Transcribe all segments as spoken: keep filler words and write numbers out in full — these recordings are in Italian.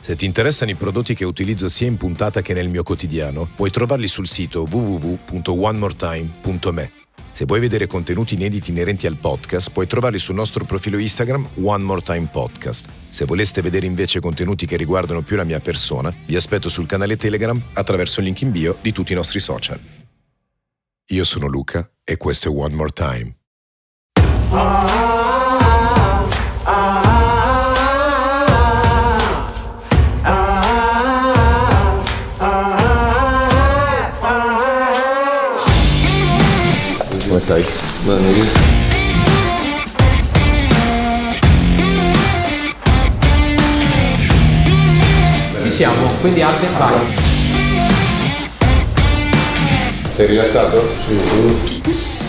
Se ti interessano i prodotti che utilizzo sia in puntata che nel mio quotidiano, puoi trovarli sul sito w w w punto one more time punto me. Se vuoi vedere contenuti inediti inerenti al podcast, puoi trovarli sul nostro profilo Instagram One More Time Podcast. Se voleste vedere invece contenuti che riguardano più la mia persona, vi aspetto sul canale Telegram attraverso il link in bio di tutti i nostri social. Io sono Luca e questo è One More Time. Come stai? Bene. Ci siamo, quindi Albe, vai. Sei rilassato? Sì.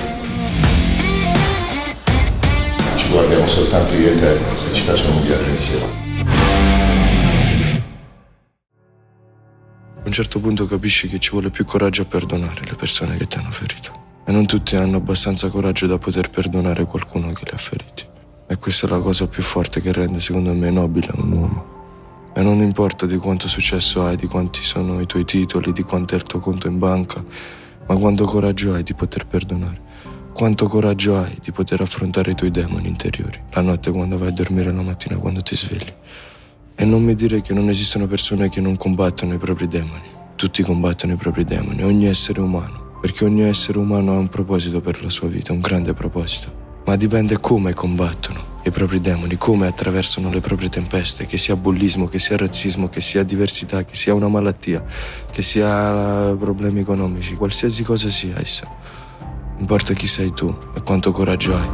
Ci guardiamo soltanto io e te se ci facciamo un viaggio insieme. A un certo punto capisci che ci vuole più coraggio a perdonare le persone che ti hanno ferito. E non tutti hanno abbastanza coraggio da poter perdonare qualcuno che li ha feriti. E questa è la cosa più forte che rende, secondo me, nobile un uomo. E non importa di quanto successo hai, di quanti sono i tuoi titoli, di quanto è il tuo conto in banca, ma quanto coraggio hai di poter perdonare. Quanto coraggio hai di poter affrontare i tuoi demoni interiori, la notte quando vai a dormire, la mattina quando ti svegli. E non mi dire che non esistono persone che non combattono i propri demoni. Tutti combattono i propri demoni, ogni essere umano. Perché ogni essere umano ha un proposito per la sua vita, un grande proposito. Ma dipende come combattono i propri demoni, come attraversano le proprie tempeste, che sia bullismo, che sia razzismo, che sia diversità, che sia una malattia, che sia problemi economici, qualsiasi cosa sia essa. Importa chi sei tu e quanto coraggio hai.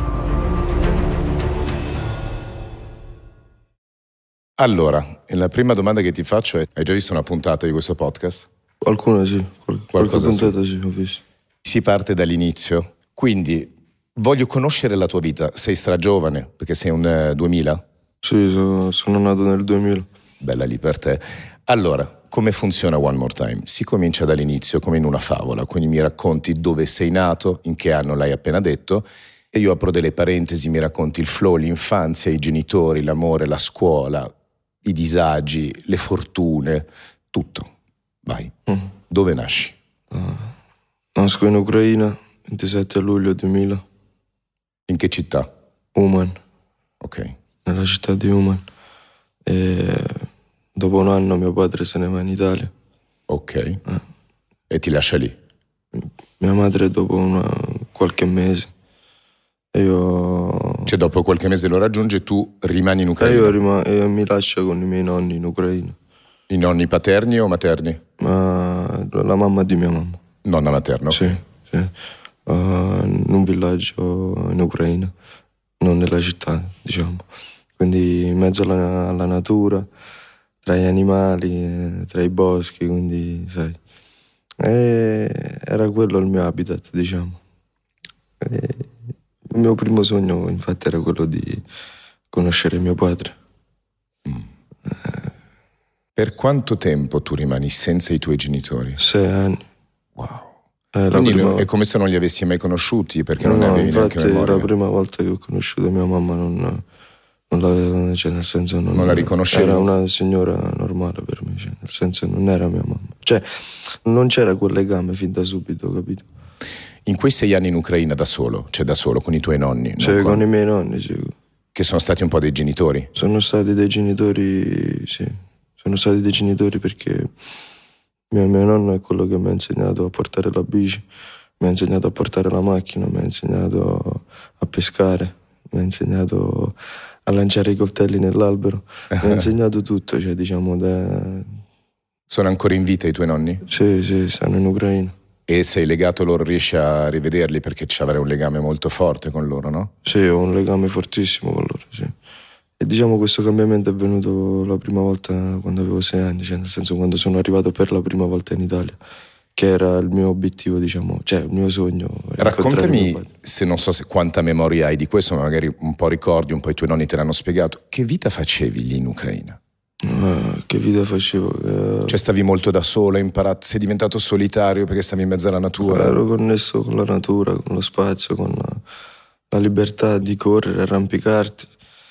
Allora, la prima domanda che ti faccio è: hai già visto una puntata di questo podcast? Qualcuno sì, qual- Qualcosa qualche puntata sì. sì, ho visto. Si parte dall'inizio, quindi voglio conoscere la tua vita. Sei stragiovane, perché sei un eh, duemila? Sì, so- sono nato nel duemila. Bella lì per te. Allora, come funziona One More Time? Si comincia dall'inizio, come in una favola, quindi mi racconti dove sei nato, in che anno l'hai appena detto, e io apro delle parentesi, mi racconti il flow, l'infanzia, i genitori, l'amore, la scuola, i disagi, le fortune, tutto. Vai. Mm. Dove nasci? Uh, nasco in Ucraina, ventisette luglio duemila, In che città? Uman, Ok. nella città di Uman. E dopo un anno mio padre se ne va in Italia. Ok. Eh. E ti lascia lì? Mia madre dopo una, qualche mese. E io... Cioè dopo qualche mese lo raggiunge e tu rimani in E Ucraina? io rima- e mi lascia con i miei nonni in Ucraina. I nonni paterni o materni? Ma la mamma di mia mamma. Nonna materna, ok. Sì, sì. Uh, in un villaggio in Ucraina, non nella città, diciamo. Quindi in mezzo alla, alla natura, tra gli animali, tra i boschi, quindi sai. E era quello il mio habitat, diciamo. E il mio primo sogno, infatti, era quello di conoscere mio padre. Mm. Per quanto tempo tu rimani senza i tuoi genitori? Sei anni. Wow. Eh, la Quindi prima... è come se non li avessi mai conosciuti, perché non no, ne no, avevi neanche infatti memoria. la prima volta che ho conosciuto mia mamma non, non la, cioè nel senso non, Non la riconoscevo? Era una signora normale per me, cioè nel senso non era mia mamma. Cioè non c'era quel legame fin da subito, capito? In quei sei anni in Ucraina da solo, cioè da solo, con i tuoi nonni? Cioè non con i miei nonni, sì. Che sono stati un po' dei genitori? Sono stati dei genitori, sì. Sono stati dei genitori perché mio, mio nonno è quello che mi ha insegnato a portare la bici, mi ha insegnato a portare la macchina, mi ha insegnato a pescare, mi ha insegnato a lanciare i coltelli nell'albero, mi ha insegnato tutto, cioè diciamo da... Sono ancora in vita i tuoi nonni? Sì, sì, stanno in Ucraina. E sei legato a loro, riesci a rivederli perché ci avrai un legame molto forte con loro, no? Sì, ho un legame fortissimo con loro, sì. E diciamo questo cambiamento è venuto la prima volta quando avevo sei anni, cioè nel senso quando sono arrivato per la prima volta in Italia, che era il mio obiettivo, diciamo, cioè il mio sogno. Raccontami, se non so se quanta memoria hai di questo, ma magari un po' ricordi, un po' i tuoi nonni te l'hanno spiegato, che vita facevi lì in Ucraina? Uh, che vita facevo? Uh, cioè stavi molto da solo, hai imparato, sei diventato solitario perché stavi in mezzo alla natura? Ero connesso con la natura, con lo spazio, con la, la libertà di correre, arrampicarti,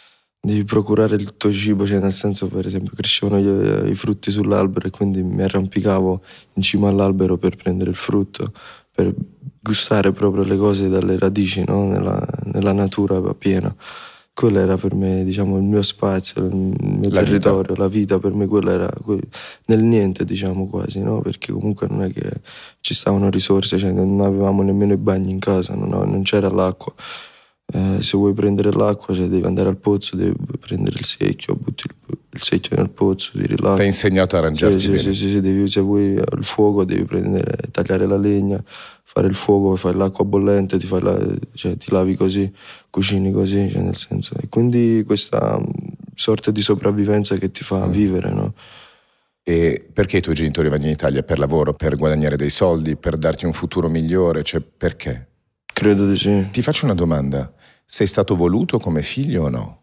devi procurare il tuo cibo, cioè nel senso, per esempio, crescevano gli, i frutti sull'albero e quindi mi arrampicavo in cima all'albero per prendere il frutto, per gustare proprio le cose dalle radici, no? nella, nella natura piena. Quello era per me, diciamo, il mio spazio, il mio la territorio, vita. La vita per me quella era nel niente, diciamo, quasi, no? Perché comunque non è che ci stavano risorse, cioè non avevamo nemmeno i bagni in casa, non, non c'era l'acqua. Eh, se vuoi prendere l'acqua, cioè devi andare al pozzo, devi prendere il secchio, butti il, il secchio nel pozzo, tiri l'acqua. Ti ha insegnato a arrangiarti sì, bene. Sì, sì, sì, devi, se vuoi il fuoco devi prendere, tagliare la legna, fare il fuoco, fai l'acqua bollente, ti, fai la, cioè, ti lavi così, cucini così, cioè nel senso. E quindi questa sorta di sopravvivenza che ti fa mm. vivere, no? E perché i tuoi genitori vanno in Italia? Per lavoro, per guadagnare dei soldi, per darti un futuro migliore? Cioè, perché? Credo di sì. Ti faccio una domanda. Sei stato voluto come figlio o no?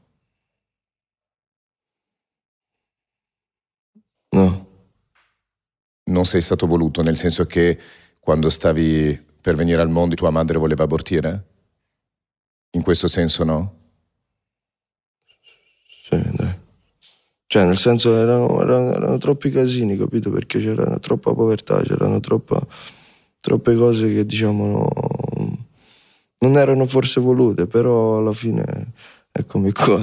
No. Non sei stato voluto, nel senso che quando stavi per venire al mondo tua madre voleva abortire? In questo senso no? Sì, dai. Cioè, nel senso, erano, erano, erano troppi casini, capito? Perché c'era troppa povertà, c'erano troppa, troppe cose che, diciamo, no, non erano forse volute, però alla fine eccomi qua.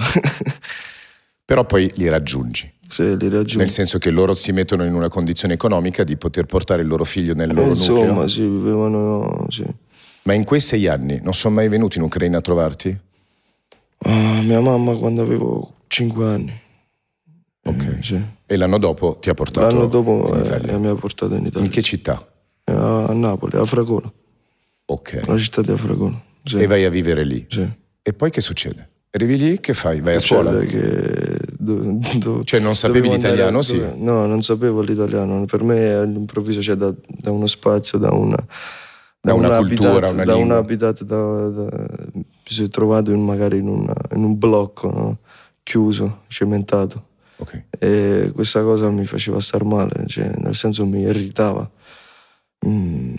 Però poi li raggiungi. Sì, li raggiungi. Nel senso che loro si mettono in una condizione economica di poter portare il loro figlio nel loro eh, insomma, nucleo. Sì, vivevano, sì. Ma in quei sei anni non sono mai venuti in Ucraina a trovarti? Uh, mia mamma quando avevo cinque anni. Ok. Eh, sì. E l'anno dopo ti ha portato l'anno dopo, in Italia? Eh, mi ha portato in Italia. In che città? Eh, a Napoli, a Fragola. Ok. La città di Afragola. Sì. E vai a vivere lì? Sì. E poi che succede? Arrivi lì, che fai? Vai a scuola? Che do, do, cioè non sapevi l'italiano, sì? Dove, no, non sapevo l'italiano. Per me all'improvviso, cioè da, da uno spazio, da una... Da, da una un cultura, habitat, una da lingua. un habitat, da, da, mi sono trovato in, magari in, una, in un blocco, no? Chiuso, cementato. Okay. E questa cosa mi faceva star male, cioè, nel senso mi irritava. Mm,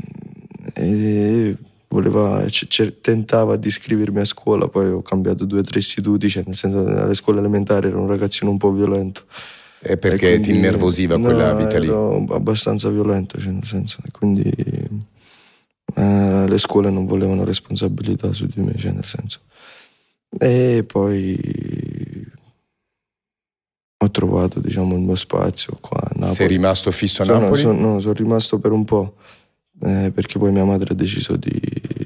e voleva, c- c- tentava di iscrivermi a scuola, poi ho cambiato due o tre istituti, cioè, nel senso alle scuole elementari ero un ragazzino un po' violento. E perché e quindi, ti innervosiva no, quella vita lì? Ero abbastanza violento, cioè, nel senso, e quindi eh, le scuole non volevano responsabilità su di me, cioè, nel senso. E poi ho trovato, diciamo, il mio spazio qua a Napoli. Sei rimasto fisso a sono, Napoli? Sono, no, sono rimasto per un po', eh, perché poi mia madre ha deciso di,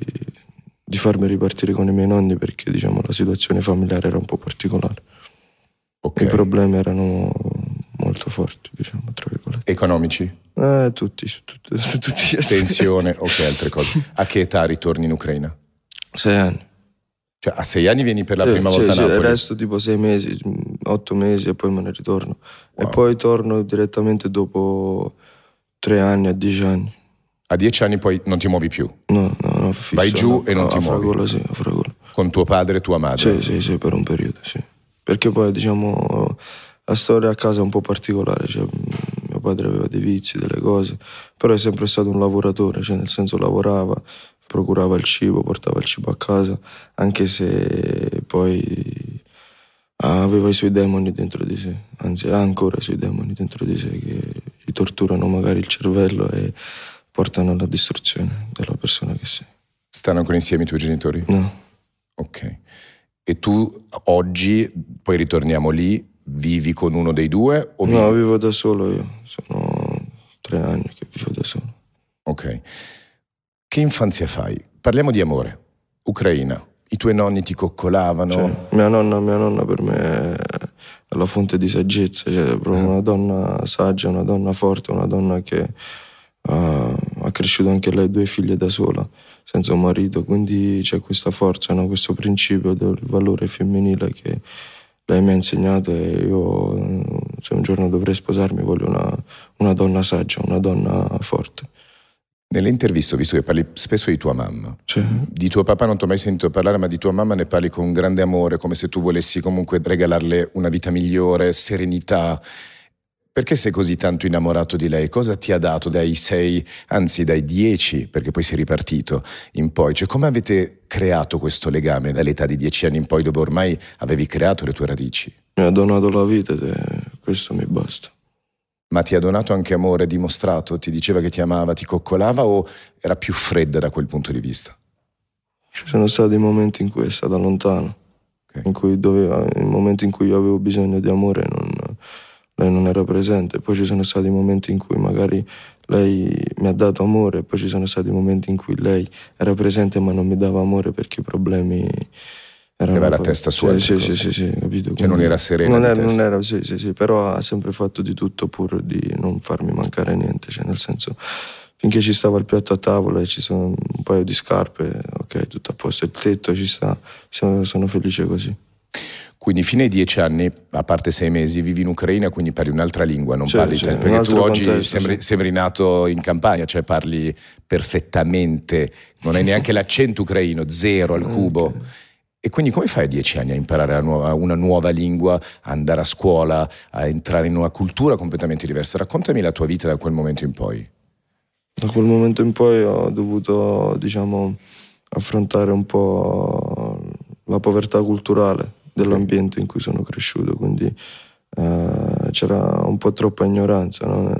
di farmi ripartire con i miei nonni perché, diciamo, la situazione familiare era un po' particolare. Okay. I problemi erano molto forti, diciamo, tra virgolette. Economici? Eh, tutti, tutti, tutti gli aspetti. Tensione, ok, altre cose. A che età ritorni in Ucraina? Sei anni. Cioè, a sei anni vieni per la sì, prima sì, volta sì, a Napoli? Resto tipo sei mesi, otto mesi e poi me ne ritorno. Wow. E poi torno direttamente dopo tre anni, a dieci anni. A dieci anni poi non ti muovi più? No, no, no. Fisso, vai giù no, e non a ti muovi? A Fragola, sì, a Fragola. Con tuo padre e tua madre? Sì, sì, sì, per un periodo, sì. Perché poi, diciamo, la storia a casa è un po' particolare, cioè mio padre aveva dei vizi, delle cose, però è sempre stato un lavoratore, cioè nel senso lavorava, procurava il cibo, portava il cibo a casa, anche se poi aveva i suoi demoni dentro di sé, anzi ha ancora i suoi demoni dentro di sé che gli torturano magari il cervello e portano alla distruzione della persona che sei. Stanno ancora insieme i tuoi genitori? No. Ok. E tu oggi, poi ritorniamo lì, vivi con uno dei due? O no, vivi... vivo da solo io, sono tre anni che vivo da solo. Ok. Che infanzia fai? Parliamo di amore. Ucraina. I tuoi nonni ti coccolavano? Cioè, mia nonna, mia nonna per me è la fonte di saggezza, cioè è proprio una donna saggia, una donna forte, una donna che uh, ha cresciuto anche lei due figlie da sola, senza un marito, quindi c'è questa forza, no? Questo principio del valore femminile che lei mi ha insegnato e io, se un giorno dovrei sposarmi, voglio una, una donna saggia, una donna forte. Nelle interviste ho visto che parli spesso di tua mamma. Sì. Di tuo papà non ti ho mai sentito parlare, ma di tua mamma ne parli con grande amore, come se tu volessi comunque regalarle una vita migliore, serenità. Perché sei così tanto innamorato di lei? Cosa ti ha dato dai sei, anzi dai dieci, perché poi sei ripartito in poi? Cioè, come avete creato questo legame dall'età di dieci anni in poi, dove ormai avevi creato le tue radici? Mi ha donato la vita ed è... questo mi basta. Ma ti ha donato anche amore dimostrato? Ti diceva che ti amava, ti coccolava, o era più fredda da quel punto di vista? Ci sono stati momenti in cui è stata lontana, okay. in cui doveva, in momenti in cui io avevo bisogno di amore non... lei non era presente. Poi ci sono stati momenti in cui magari lei mi ha dato amore, poi ci sono stati momenti in cui lei era presente ma non mi dava amore perché i problemi erano... Aveva la testa sua. Sì, sì, sì, sì, capito? Cioè non era serena non di era, testa. non era, sì, sì, sì, però ha sempre fatto di tutto pur di non farmi mancare niente, cioè nel senso, finché ci stava il piatto a tavola e ci sono un paio di scarpe, ok, tutto a posto, il tetto ci sta, sono, sono felice così. Quindi fino ai dieci anni, a parte sei mesi, vivi in Ucraina, quindi parli un'altra lingua, non sì, parli sì, italiano. Perché tu oggi contesto, sembri, sì. sembri nato in campagna, cioè parli perfettamente, non hai neanche l'accento ucraino, zero al cubo. Okay. E quindi come fai a dieci anni a imparare la nuova, una nuova lingua, a andare a scuola, a entrare in una cultura completamente diversa? Raccontami la tua vita da quel momento in poi. Da quel momento in poi ho dovuto, diciamo, affrontare un po' la povertà culturale dell'ambiente in cui sono cresciuto, quindi eh, c'era un po' troppa ignoranza, no?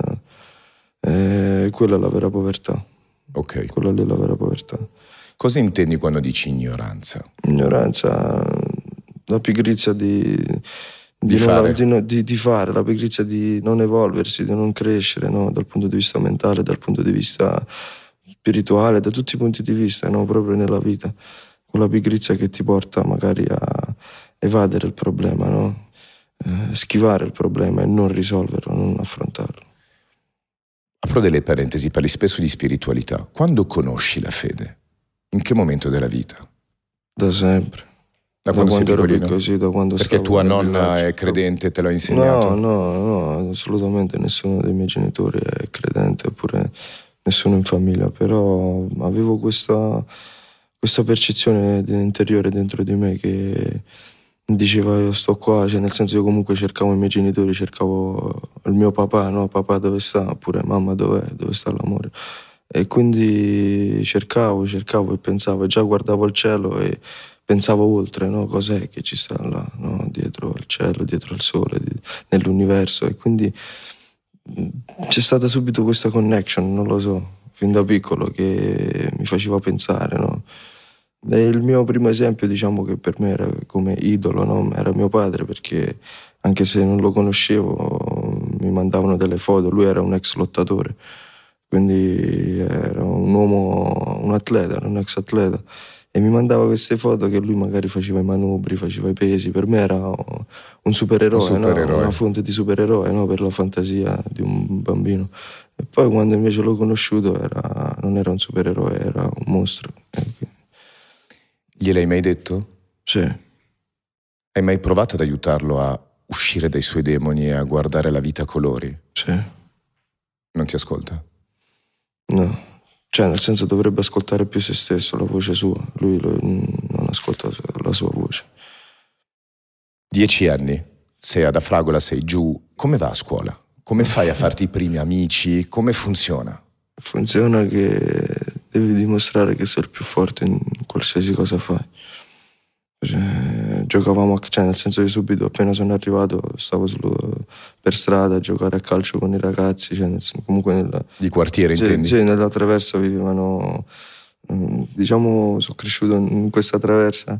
E quella è la vera povertà. Ok. Quella lì è la vera povertà. Cosa intendi quando dici ignoranza? Ignoranza, la pigrizia di, di, di, non, fare. Di, di, di fare, la pigrizia di non evolversi, di non crescere, no? Dal punto di vista mentale, dal punto di vista spirituale, da tutti i punti di vista, no? Proprio nella vita. Quella pigrizia che ti porta magari a evadere il problema, no? Eh, schivare il problema e non risolverlo, non affrontarlo. Apro delle parentesi, parli spesso di spiritualità. Quando conosci la fede? In che momento della vita? Da sempre. Da, da quando, quando sei piccolino? Così, da quando Perché tua nonna è credente e te l'ha insegnato? No, no, no, assolutamente nessuno dei miei genitori è credente, oppure nessuno in famiglia, però avevo questa, questa percezione interiore dentro di me che diceva io sto qua, cioè nel senso io comunque cercavo i miei genitori, cercavo il mio papà, no? Papà dove sta? Oppure mamma dov'è? Dove sta l'amore? E quindi cercavo, cercavo e pensavo, e già guardavo il cielo e pensavo oltre, no? Cos'è che ci sta là, no? Dietro al cielo, dietro al sole, di, nell'universo. E quindi c'è stata subito questa connection, non lo so, fin da piccolo, che mi faceva pensare, no? E il mio primo esempio, diciamo, che per me era come idolo, no? Era mio padre, perché anche se non lo conoscevo mi mandavano delle foto, lui era un ex lottatore, quindi era un uomo, un atleta, un ex atleta, e mi mandava queste foto che lui magari faceva i manubri, faceva i pesi. Per me era un supereroe, un supereroe. No? Una fonte di supereroe, no? Per la fantasia di un bambino. E poi quando invece l'ho conosciuto era, non era un supereroe, era un mostro. Gliel'hai mai detto? Sì. Hai mai provato ad aiutarlo a uscire dai suoi demoni e a guardare la vita a colori? Sì. Non ti ascolta? No. Cioè, nel senso, dovrebbe ascoltare più se stesso, la voce sua. Lui non ascolta la sua voce. Dieci anni, sei ad Afragola, sei giù. Come va a scuola? Come fai a farti i primi amici? Come funziona? Funziona che devi dimostrare che sei il più forte in qualsiasi cosa fai. Cioè, giocavamo, cioè nel senso che subito, appena sono arrivato, stavo solo per strada a giocare a calcio con i ragazzi, cioè nel senso, comunque nella, di quartiere, cioè, intendi? Sì, nella traversa vivevano, diciamo, sono cresciuto in questa traversa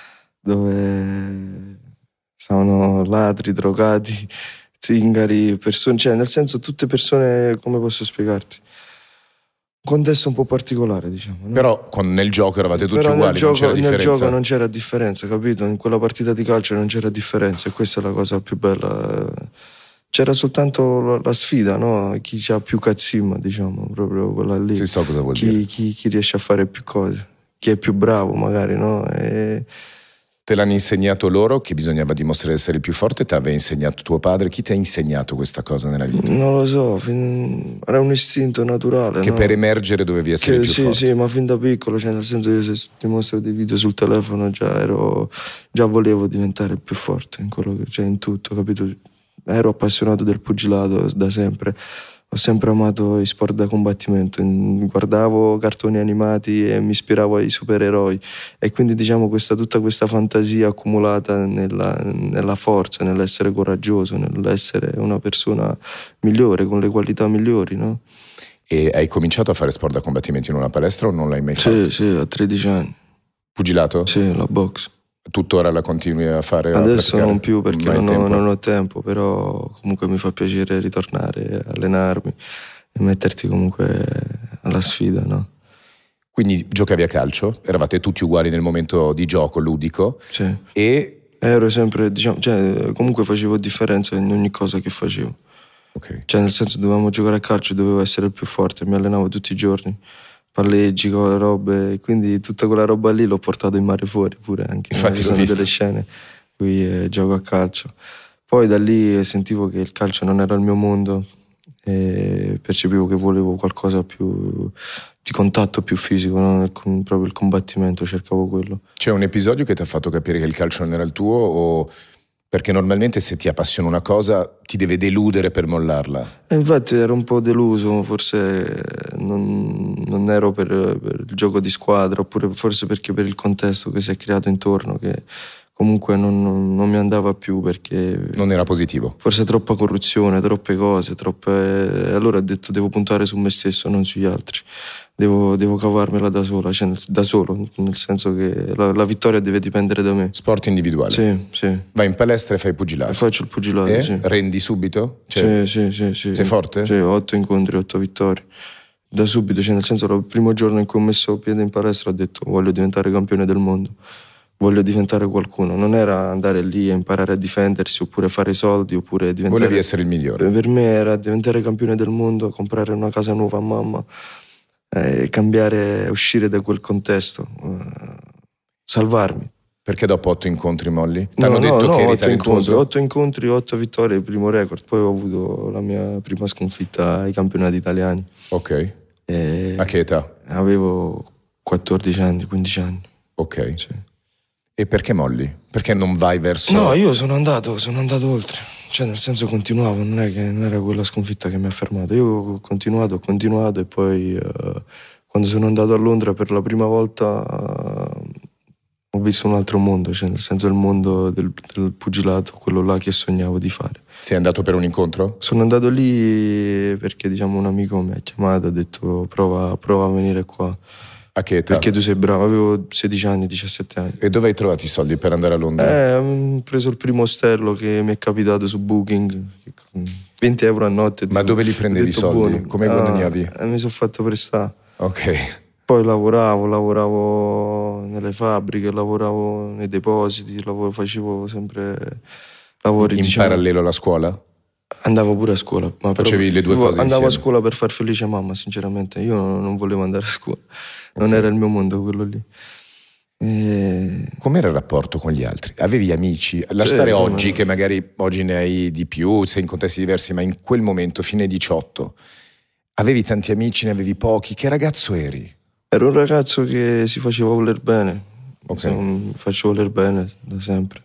dove stavano ladri, drogati, zingari, persone, cioè nel senso tutte persone, come posso spiegarti? Un contesto un po' particolare, diciamo. No? Però con, nel gioco eravate tutti Però uguali, nel gioco, non c'era differenza? Nel gioco non c'era differenza, capito? In quella partita di calcio non c'era differenza e questa è la cosa più bella. C'era soltanto la sfida, no? Chi ha più cazzimma, diciamo, proprio quella lì. Sì, so cosa vuol chi, dire. Chi, chi riesce a fare più cose, chi è più bravo magari, no? E... Te l'hanno insegnato loro che bisognava dimostrare di essere il più forte? Ti aveva insegnato tuo padre? Chi ti ha insegnato questa cosa nella vita? Non lo so, fin... era un istinto naturale. Che no? Per emergere dovevi essere che, più sì, forte? Sì, ma fin da piccolo, cioè nel senso che se ti mostro dei video sul telefono già ero, già volevo diventare il più forte in quello che, cioè in tutto, capito? ero appassionato del pugilato da sempre. Ho sempre amato i sport da combattimento, guardavo cartoni animati e mi ispiravo ai supereroi e quindi diciamo questa, tutta questa fantasia accumulata nella, nella forza, nell'essere coraggioso, nell'essere una persona migliore, con le qualità migliori, no? E hai cominciato a fare sport da combattimento in una palestra o non l'hai mai fatto? Sì, sì, a tredici anni. Pugilato? Sì, la box. Tuttora la continui a fare? Adesso a non più perché non, non ho, non ho tempo, però comunque mi fa piacere ritornare, allenarmi e mettersi comunque alla sfida, no? Quindi giocavi a calcio, eravate tutti uguali nel momento di gioco ludico. Sì. E ero sempre, diciamo, cioè, comunque facevo differenza in ogni cosa che facevo. Okay. Cioè nel senso dovevamo giocare a calcio, dovevo essere il più forte, mi allenavo tutti i giorni. Palleggi, robe, quindi tutta quella roba lì l'ho portato in mare fuori pure, anche infatti sono delle scene qui eh, gioco a calcio. Poi da lì sentivo che il calcio non era il mio mondo e percepivo che volevo qualcosa più di contatto, più fisico, no? Proprio il combattimento, cercavo quello. C'è un episodio che ti ha fatto capire che il calcio non era il tuo o... Perché normalmente se ti appassiona una cosa ti deve deludere per mollarla. E infatti ero un po' deluso, forse non, non ero per, per il gioco di squadra, oppure forse perché per il contesto che si è creato intorno, che comunque non, non, non mi andava più perché... Non era positivo. Forse troppa corruzione, troppe cose, troppe... Allora ho detto devo puntare su me stesso, non sugli altri. Devo, devo cavarmela da sola, cioè nel, da solo, nel senso che la, la vittoria deve dipendere da me. Sport individuale? Sì, sì. Vai in palestra e fai pugilato? E faccio il pugilato, e sì. Rendi subito? Cioè, sì, sì, sì, sì. Sei forte? Sì, otto incontri, otto vittorie. Da subito, cioè nel senso, il primo giorno in cui ho messo piede in palestra ho detto voglio diventare campione del mondo, voglio diventare qualcuno. Non era andare lì a imparare a difendersi oppure fare soldi oppure diventare... Volevi essere il migliore? Per me era diventare campione del mondo, comprare una casa nuova a mamma, eh, cambiare, uscire da quel contesto, eh, salvarmi. Perché dopo otto incontri molli? Ti No, hanno no, detto no, che eri otto incontri, talentuoso? otto incontri, otto vittorie, il primo record. Poi ho avuto la mia prima sconfitta ai campionati italiani. Ok. E a che età? Avevo quattordici anni, quindici anni. Ok. Sì. E perché molli? Perché non vai verso... No, io sono andato, sono andato oltre. Cioè, nel senso continuavo, non è che non era quella sconfitta che mi ha fermato. Io ho continuato, ho continuato e poi uh, quando sono andato a Londra per la prima volta uh, ho visto un altro mondo, cioè nel senso il mondo del, del pugilato, quello là che sognavo di fare. Sei andato per un incontro? Sono andato lì perché diciamo un amico mi ha chiamato, ha detto prova, prova a venire qua. A che età? Perché tu sei bravo, avevo sedici anni, diciassette anni. E dove hai trovato i soldi per andare a Londra? Eh, ho preso il primo ostello che mi è capitato su Booking, venti euro a notte. Ma dove li prendevi i soldi? Buono. Come guadagnavi? Ah, mi sono fatto prestare. Ok. Poi lavoravo, lavoravo nelle fabbriche, lavoravo nei depositi, lavoro, facevo sempre lavori, In diciamo, parallelo alla scuola? Andavo pure a scuola. Ma Facevi però, le due cose Andavo insieme. a scuola per far felice mamma, sinceramente. Io non volevo andare a scuola. Non Okay. era il mio mondo quello lì. E... Com'era il rapporto con gli altri? Avevi amici? Lasciare Sì, oggi, come- che magari oggi ne hai di più, sei in contesti diversi, ma in quel momento, fine diciotto, avevi tanti amici, ne avevi pochi. Che ragazzo eri? Ero un ragazzo che si faceva voler bene. Ok. Insomma, mi faccio voler bene da sempre.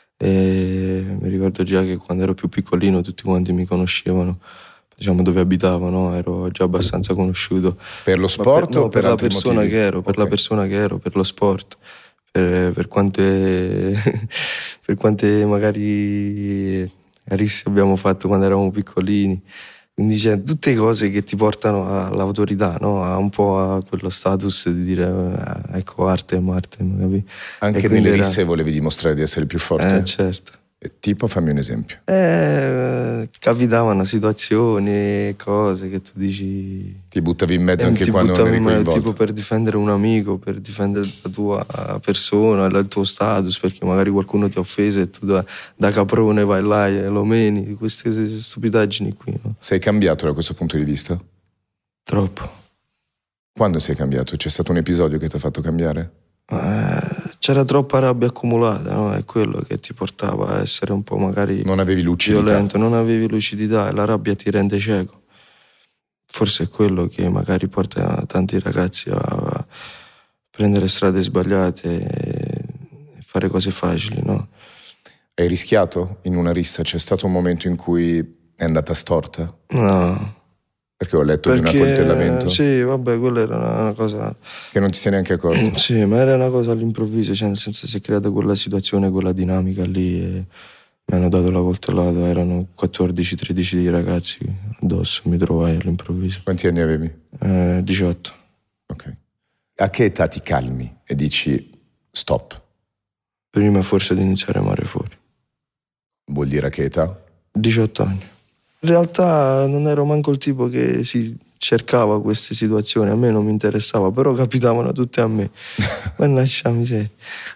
E mi ricordo già che quando ero più piccolino tutti quanti mi conoscevano, diciamo dove abitavo, no? Ero già abbastanza conosciuto. Per lo Ma sport per, no, o per, per la altri persona motivi? che ero, per Ok. la persona che ero, per lo sport, per, per quante per quante magari risse abbiamo fatto quando eravamo piccolini. Quindi c'è tutte cose che ti portano all'autorità, no? A un po' a quello status di dire eh, ecco arte e Marte, capi? Anche E quindi nelle era- risse volevi dimostrare di essere il più forte? Eh certo. Eh, Tipo, fammi un esempio. Eh, capitavano situazioni, cose che tu dici... Ti buttavi in mezzo Eh, anche ti quando non buttavi eri in mezzo, coinvolto? tipo per difendere un amico, per difendere la tua persona, il tuo status, perché magari qualcuno ti ha offeso e tu da, da caprone vai là e lo meni, queste stupidaggini qui, no? Sei cambiato da questo punto di vista? Troppo. Quando sei cambiato? C'è stato un episodio che ti ha fatto cambiare? Eh, c'era troppa rabbia accumulata, no? È quello che ti portava a essere un po' magari Non avevi lucidità? violento, non avevi lucidità e la rabbia ti rende cieco. Forse è quello che magari porta tanti ragazzi a prendere strade sbagliate e fare cose facili, no? Hai rischiato in una rissa? C'è stato un momento in cui è andata storta? No. Perché ho letto Perché, di un accoltellamento. Sì, vabbè, quella era una cosa... Che non ti sei neanche accorto? Sì, ma era una cosa all'improvviso, cioè nel senso si è creata quella situazione, quella dinamica lì e mi hanno dato la coltellata, erano quattordici tredici ragazzi addosso, mi trovai all'improvviso. Quanti anni avevi? Eh, diciotto. Ok. A che età ti calmi e dici stop? Prima forse di iniziare a amare fuori. Vuol dire a che età? diciotto anni. In realtà non ero manco il tipo che si cercava queste situazioni, a me non mi interessava, però capitavano tutte a me. Ma lascia miseria.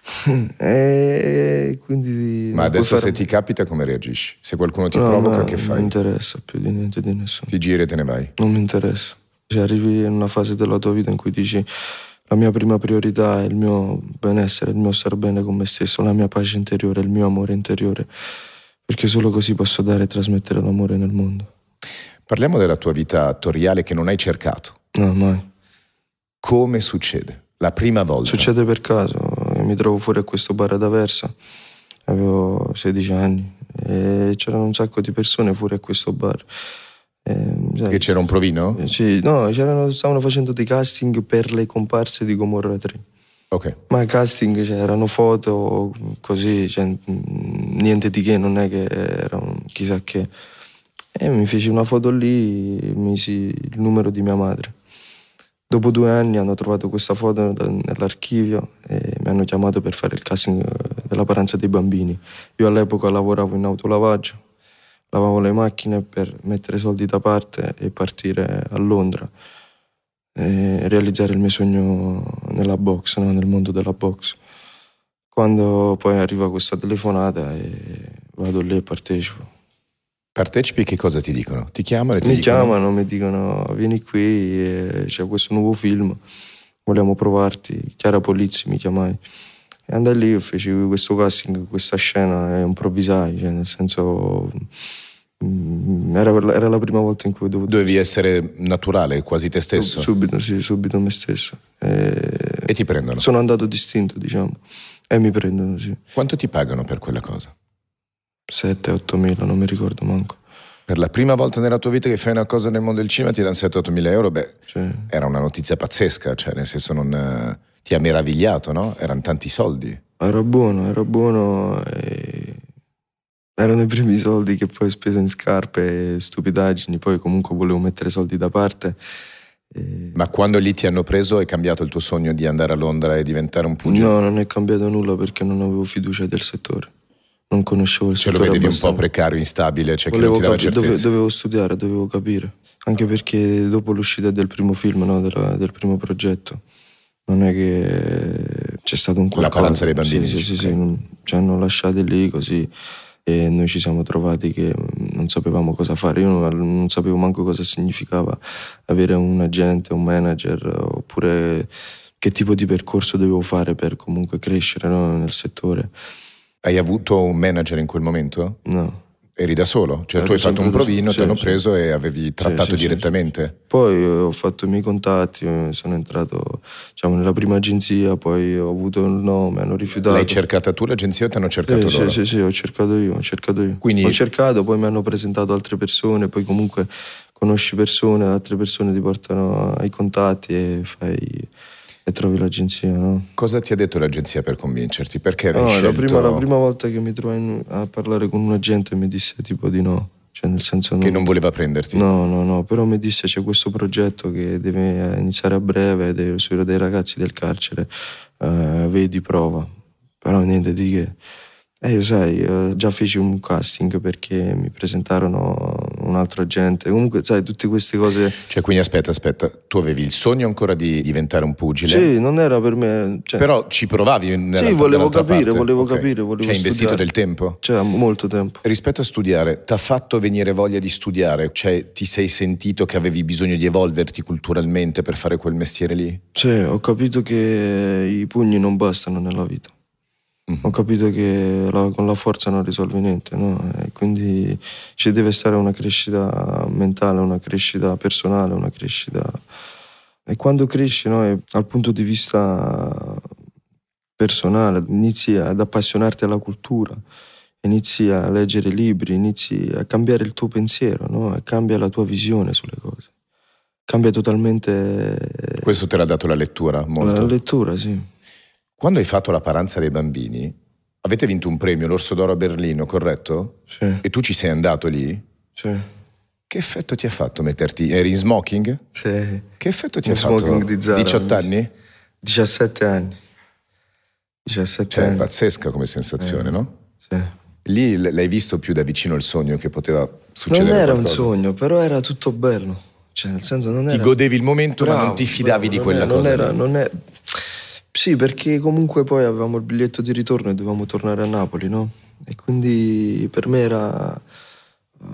E quindi Ma adesso fare... se ti capita come reagisci? Se qualcuno ti no, provoca che non fai? mi interessa più di niente di nessuno. Ti giri e te ne vai? Non mi interessa. Cioè, arrivi in una fase della tua vita in cui dici la mia prima priorità è il mio benessere, il mio star bene con me stesso, la mia pace interiore, il mio amore interiore. Perché solo così posso dare e trasmettere l'amore nel mondo. Parliamo della tua vita attoriale che non hai cercato. No, mai. Come succede? La prima volta? Succede per caso. Mi trovo fuori a questo bar ad Aversa. Avevo sedici anni e c'erano un sacco di persone fuori a questo bar. E, che c'era un provino? Eh, sì, no, c'erano, stavano facendo dei casting per le comparse di Gomorra tre. Ok. Ma casting, cioè, erano foto così, cioè, niente di che, non è che era un chissà che. E mi feci una foto lì, misi il numero di mia madre. Dopo due anni hanno trovato questa foto nell'archivio e mi hanno chiamato per fare il casting della paranza dei bambini. Io all'epoca lavoravo in autolavaggio, lavavo le macchine per mettere soldi da parte e partire a Londra. E realizzare il mio sogno nella box, no? Nel mondo della box. Quando poi arriva questa telefonata e vado lì e partecipo. Partecipi, che cosa ti dicono? Ti chiamano e ti mi dicono? Mi chiamano, mi dicono vieni qui, e c'è questo nuovo film, vogliamo provarti. Chiara Polizzi mi chiamai. E andai lì, feci questo casting, questa scena e improvvisai, cioè nel senso... Era, era la prima volta in cui dovevo... Dovevi essere naturale, quasi te stesso? Subito, sì, subito me stesso. E, e ti prendono? Sono andato distinto, diciamo. E mi prendono, sì. Quanto ti pagano per quella cosa? sette otto mila, non mi ricordo manco. Per la prima volta nella tua vita che fai una cosa nel mondo del cinema ti danno sette otto mila euro? Beh, sì. Era una notizia pazzesca, cioè nel senso non... ti ha meravigliato, no? Erano tanti soldi. Era buono, era buono e... erano i primi soldi che poi ho speso in scarpe e stupidaggini, poi comunque volevo mettere soldi da parte. E... Ma quando lì ti hanno preso è cambiato il tuo sogno di andare a Londra e diventare un pugile? No, non è cambiato nulla perché non avevo fiducia del settore. Non conoscevo il Ce settore. lo vedevi abbastanza. un po' precario, instabile, cioè Volevo che non ti dava capi- certezza. dove, dovevo studiare, dovevo capire. Anche perché dopo l'uscita del primo film, no, della, del primo progetto, non è che c'è stato un qualcosa. La paranza dei bambini. Sì, sì, okay. sì, sì, non, ci hanno lasciati lì così e noi ci siamo trovati che non sapevamo cosa fare. Io non, non sapevo manco cosa significava avere un agente, un manager, oppure che tipo di percorso dovevo fare per comunque crescere, no, nel settore. Hai avuto un manager in quel momento? No. Eri da solo? Cioè Ero tu hai fatto un provino, sì, ti hanno sì. preso e avevi trattato sì, sì, direttamente? Sì, sì. Poi ho fatto i miei contatti, sono entrato diciamo, nella prima agenzia, poi ho avuto il nome, hanno rifiutato. L'hai cercata tu l'agenzia o ti hanno cercato sì, loro? Sì, sì, sì, ho cercato io, ho cercato io. Quindi... Ho cercato, poi mi hanno presentato altre persone, poi comunque conosci persone, altre persone ti portano ai contatti e fai... e trovi l'agenzia, no? Cosa ti ha detto l'agenzia per convincerti? Perché avevi no, scelto... la prima, la prima volta che mi trovai a parlare con un agente mi disse tipo di no. Cioè nel senso Che non... non voleva prenderti? No, no, no, però mi disse c'è questo progetto che deve iniziare a breve, deve subire dei ragazzi del carcere, uh, vedi, prova. Però niente di che. E io sai, uh, già feci un casting perché mi presentarono un altro agente. Comunque, sai, tutte queste cose... Cioè, quindi aspetta, aspetta, tu avevi il sogno ancora di diventare un pugile? Sì, non era per me... Cioè... Però ci provavi nella, Sì, volevo capire, parte. volevo okay. capire, volevo Ci hai investito studiare. del tempo? Cioè, molto tempo. Rispetto a studiare, ti ha fatto venire voglia di studiare? Cioè, ti sei sentito che avevi bisogno di evolverti culturalmente per fare quel mestiere lì? Sì, ho capito che i pugni non bastano nella vita. Mm-hmm. Ho capito che la, con la forza non risolvi niente, no? E quindi ci deve stare una crescita mentale, una crescita personale, una crescita... E quando cresci, no, e dal punto di vista personale, inizi ad appassionarti alla cultura, inizi a leggere libri, inizi a cambiare il tuo pensiero, no? E cambia la tua visione sulle cose. Cambia totalmente. Questo te l'ha dato la lettura, molto? La lettura, sì. Quando hai fatto La Paranza dei bambini, avete vinto un premio, l'Orso d'Oro a Berlino, corretto? Sì. E tu ci sei andato lì? Sì. Che effetto ti ha fatto metterti? Eri in smoking? Sì. Che effetto ti In ha fatto? smoking di Zara, diciotto anni? diciassette anni. diciassette Cioè, è anni. pazzesca come sensazione, Eh, no? Sì. Lì l- l'hai visto più da vicino il sogno che poteva succedere Non era qualcosa. un sogno, però era tutto bello. Cioè, nel senso, non Ti era... godevi il momento, Bravo, ma non ti fidavi bravo, di non quella è- non cosa era, lì. non è... Sì, perché comunque poi avevamo il biglietto di ritorno e dovevamo tornare a Napoli, no? E quindi per me era uh,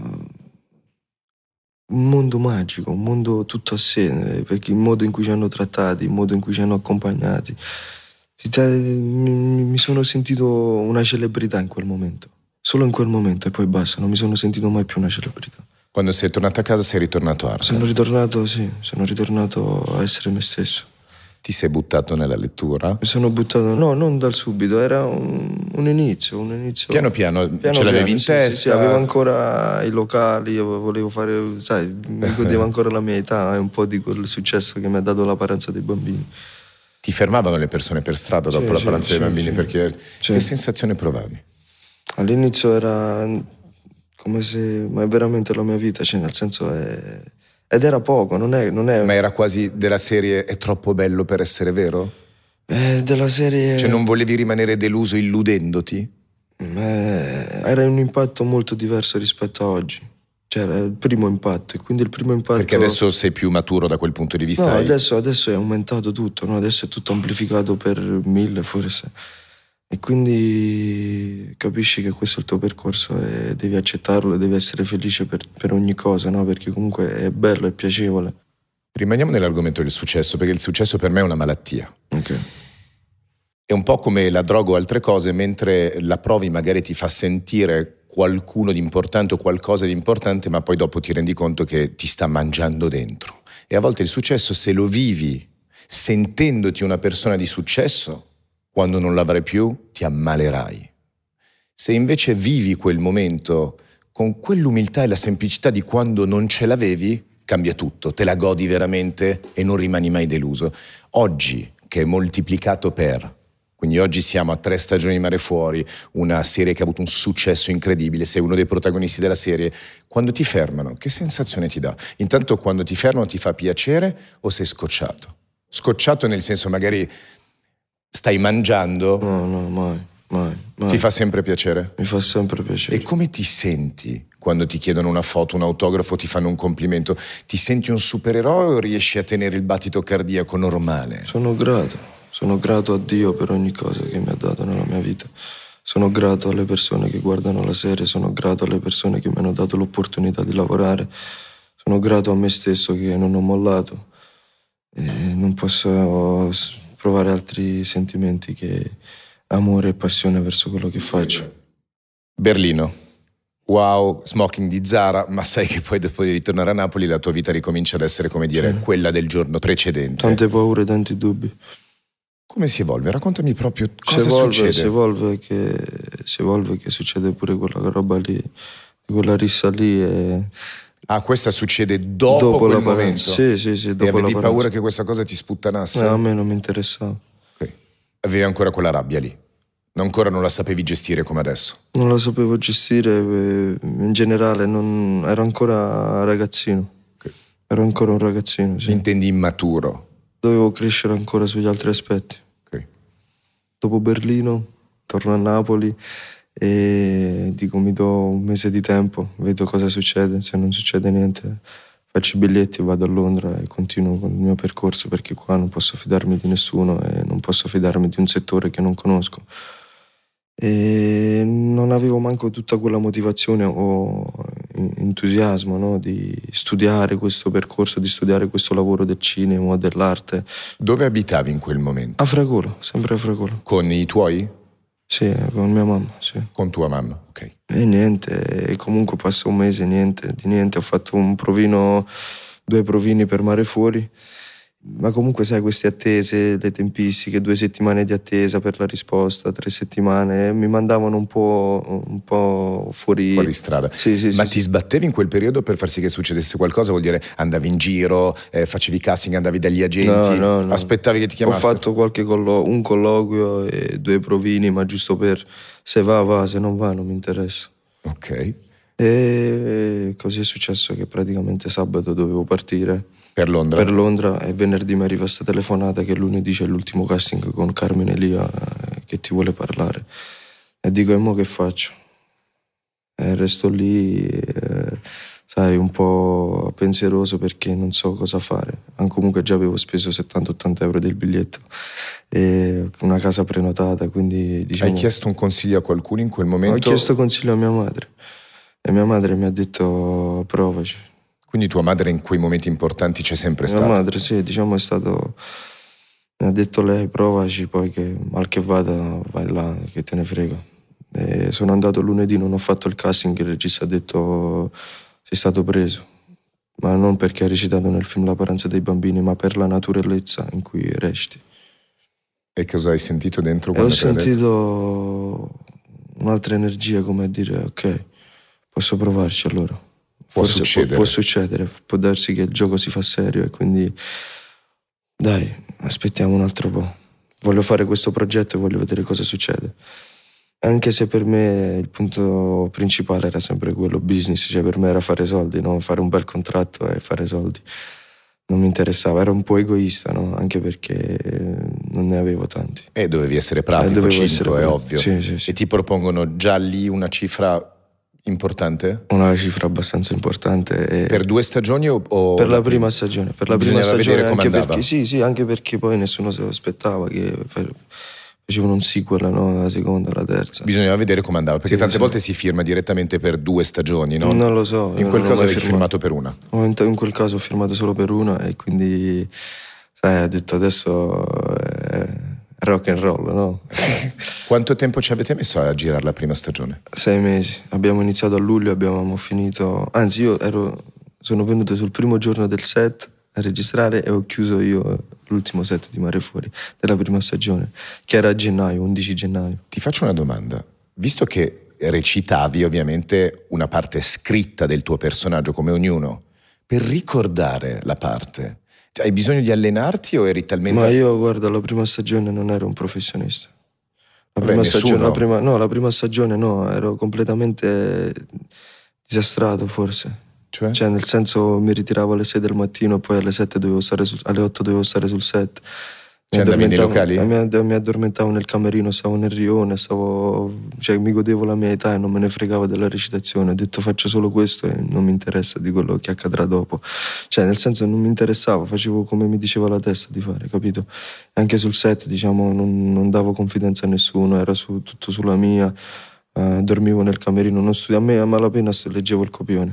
un mondo magico, un mondo tutto a sé, perché il modo in cui ci hanno trattati, il modo in cui ci hanno accompagnati. Ti- te- Mi mi sono sentito una celebrità in quel momento, solo in quel momento, e poi basta, non mi sono sentito mai più una celebrità. Quando sei tornato a casa sei ritornato a Arte. Sono ritornato, sì, sono ritornato a essere me stesso. Ti sei buttato nella lettura. Mi sono buttato, no, non dal subito, era un, un inizio, un inizio. Piano piano, Piano ce l'avevi piano, in sì, testa. Sì, sì, avevo ancora i locali, io volevo fare, sai, mi godevo ancora la mia età e un po' di quel successo che mi ha dato La Paranza dei bambini. Ti fermavano le persone per strada dopo Sì, La sì, Paranza dei sì, bambini sì. perché Sì. che sensazione provavi? All'inizio era come se, ma è veramente la mia vita, cioè nel senso è... Ed era poco, non è... Non è Ma era quasi della serie è troppo bello per essere vero? è della serie... Cioè non volevi rimanere deluso illudendoti? Eh, era un impatto molto diverso rispetto a oggi. Cioè era il primo impatto, e quindi il primo impatto... Perché adesso sei più maturo da quel punto di vista? No, hai- adesso, adesso è aumentato tutto, no? Adesso è tutto amplificato per mille forse. E quindi capisci che questo è il tuo percorso e devi accettarlo e devi essere felice per, per ogni cosa, no? Perché comunque è bello, è piacevole. Rimaniamo nell'argomento del successo, perché il successo per me è una malattia. Ok. È un po' come la droga o altre cose, mentre la provi magari ti fa sentire qualcuno di importante o qualcosa di importante, ma poi dopo ti rendi conto che ti sta mangiando dentro. E a volte il successo, se lo vivi sentendoti una persona di successo, quando non l'avrai più ti ammalerai. Se invece vivi quel momento con quell'umiltà e la semplicità di quando non ce l'avevi, cambia tutto, te la godi veramente e non rimani mai deluso. Oggi, che è moltiplicato per... Quindi oggi siamo a tre stagioni di Mare Fuori, una serie che ha avuto un successo incredibile, sei uno dei protagonisti della serie. Quando ti fermano, che sensazione ti dà? Intanto quando ti fermano ti fa piacere o sei scocciato? Scocciato nel senso magari stai mangiando, No, no, mai, mai, mai. ti fa sempre piacere? Mi fa sempre piacere. E come ti senti quando ti chiedono una foto, un autografo, ti fanno un complimento? Ti senti un supereroe o riesci a tenere il battito cardiaco normale? Sono grato. Sono grato a Dio per ogni cosa che mi ha dato nella mia vita. Sono grato alle persone che guardano la serie, sono grato alle persone che mi hanno dato l'opportunità di lavorare. Sono grato a me stesso che non ho mollato. E non posso provare altri sentimenti che amore e passione verso quello che faccio. Berlino. Wow, smoking di Zara, ma sai che poi dopo di ritornare a Napoli la tua vita ricomincia ad essere, come dire, Sì. quella del giorno precedente. Tante paure, tanti dubbi. Come si evolve? Raccontami proprio Si cosa evolve, succede. si evolve che, si evolve che succede pure quella roba lì, quella rissa lì. E... Ah, questa succede dopo, Dopo quel la momento? paranza. Sì, sì, sì, dopo E avevi la paura paranza. che questa cosa ti sputtanasse? No, a me non mi interessava. Ok. Avevi ancora quella rabbia lì? Ancora non la sapevi gestire come adesso? Non la sapevo gestire, eh, in generale, non... ero ancora ragazzino. Ok. Ero ancora un ragazzino, sì. Intendi immaturo? Dovevo crescere ancora sugli altri aspetti. Ok. Dopo Berlino, torno a Napoli e dico mi do un mese di tempo, vedo cosa succede. Se non succede niente, faccio i biglietti, vado a Londra e continuo con il mio percorso, perché qua non posso fidarmi di nessuno e non posso fidarmi di un settore che non conosco. E non avevo manco tutta quella motivazione o entusiasmo, no? Di studiare questo percorso, di studiare questo lavoro del cinema o dell'arte. Dove abitavi in quel momento? A Fragolo, sempre a Fragolo. Con i tuoi? Sì, con mia mamma, sì. Con tua mamma, ok. E niente, e comunque passa un mese, niente, di niente. Ho fatto un provino, due provini per Mare Fuori Ma comunque sai, queste attese, le tempistiche, due settimane di attesa per la risposta, tre settimane, mi mandavano un po', un po' fuori... fuori strada. Sì, sì, Ma sì, ti sì. sbattevi in quel periodo per far sì che succedesse qualcosa? Vuol dire andavi in giro, eh, facevi casting, andavi dagli agenti, No, no, no. aspettavi che ti chiamassero? Ho fatto qualche collo- un colloquio e due provini, ma giusto per se va va, se non va non mi interessa. Ok. E così è successo che praticamente sabato dovevo partire Per Londra? per Londra e venerdì mi arriva questa telefonata che lunedì c'è l'ultimo casting con Carmen Elia eh, che ti vuole parlare. E dico, e mo che faccio? E resto lì, eh, sai, un po' pensieroso perché non so cosa fare. Anche comunque già avevo speso settanta ottanta euro del biglietto e una casa prenotata, quindi diciamo... Hai chiesto un consiglio a qualcuno in quel momento? Ho chiesto consiglio a mia madre e mia madre mi ha detto provaci. Quindi tua madre in quei momenti importanti c'è sempre Mia stata? Mia madre, sì, diciamo è stato... Mi ha detto lei, provaci, poi che mal che vada vai là, che te ne frega. E sono andato lunedì, non ho fatto il casting, il regista ha detto sei stato preso. Ma non perché hai recitato nel film La paranza dei bambini, ma per la naturalezza in cui reciti. E cosa hai sentito dentro E quando ho te l'ha detto? sentito un'altra energia, come a dire, ok, posso provarci allora. Può Forse succedere. Può, può succedere, può darsi che il gioco si fa serio e quindi dai, aspettiamo un altro po'. Voglio fare questo progetto e voglio vedere cosa succede. Anche se per me il punto principale era sempre quello business, cioè per me era fare soldi, no? Fare un bel contratto e fare soldi. Non mi interessava, ero un po' egoista, no? Anche perché non ne avevo tanti. E dovevi essere pratico, Eh, dovevo cinque, essere è pratico. ovvio. Sì, sì, sì. E ti propongono già lì una cifra importante? Una cifra abbastanza importante. E Per due stagioni o, o per la prima stagione? Per la prima Bisognava stagione vedere come anche andava. perché, sì, sì, anche perché poi nessuno se lo aspettava che facevano un sequel, no? La seconda, la terza. Bisognava vedere come andava, perché Sì, tante sì. volte si firma direttamente per due stagioni, no? Non lo so. In io quel non ho caso mai avevi firmato per una. Ho in, in quel caso ho firmato solo per una e quindi, sai, ho detto adesso è rock and roll, no? Quanto tempo ci avete messo a girare la prima stagione? Sei mesi. Abbiamo iniziato a luglio, abbiamo finito... Anzi, io ero, sono venuto sul primo giorno del set a registrare e ho chiuso io l'ultimo set di Mare Fuori della prima stagione, che era a gennaio, undici gennaio. Ti faccio una domanda. Visto che recitavi ovviamente una parte scritta del tuo personaggio, come ognuno, per ricordare la parte, hai bisogno di allenarti o eri talmente... Ma io, guarda, la prima stagione non ero un professionista. La Beh, prima nessuno. stagione, la prima, no, la prima stagione no, ero completamente disastrato forse. Cioè? Cioè, nel senso, mi ritiravo alle sei del mattino e poi alle sette dovevo stare su, alle otto dovevo stare sul set. Mi Cioè, andavi nei locali? addormentavo- Mi, mi addormentavo nel camerino, stavo nel rione, stavo, cioè, mi godevo la mia età e non me ne fregavo della recitazione. Ho detto faccio solo questo e non mi interessa di quello che accadrà dopo. Cioè, nel senso, non mi interessava, facevo come mi diceva la testa di fare, capito? Anche sul set, diciamo, non, non davo confidenza a nessuno, era su, tutto sulla mia, eh, dormivo nel camerino, non studiavo, a me a malapena stu- leggevo il copione.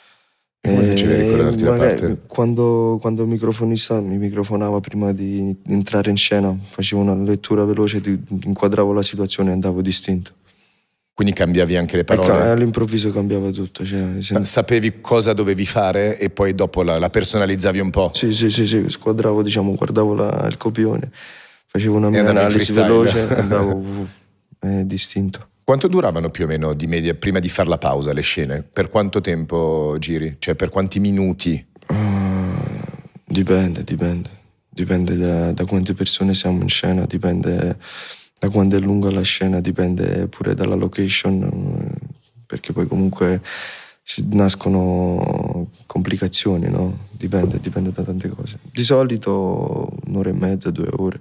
E come facevi a ricordarti la magari parte? Quando, quando il microfonista mi microfonava prima di entrare in scena, facevo una lettura veloce, di, inquadravo la situazione e andavo distinto. Quindi cambiavi anche le E ca- parole? all'improvviso cambiava tutto. Cioè, sen- Sapevi cosa dovevi fare e poi dopo la, la personalizzavi un po'? sì, sì, sì, sì, squadravo, diciamo, guardavo la- il copione, facevo una mia andavi in analisi freestyle. veloce e andavo eh, distinto. Quanto duravano più o meno di media prima di far la pausa le scene? Per quanto tempo giri? Cioè per quanti minuti? Uh, dipende, dipende. Dipende da, da quante persone siamo in scena, dipende da quando è lunga la scena, dipende pure dalla location, perché poi comunque si nascono complicazioni, no? Dipende, dipende da tante cose. Di solito un'ora e mezza, due ore.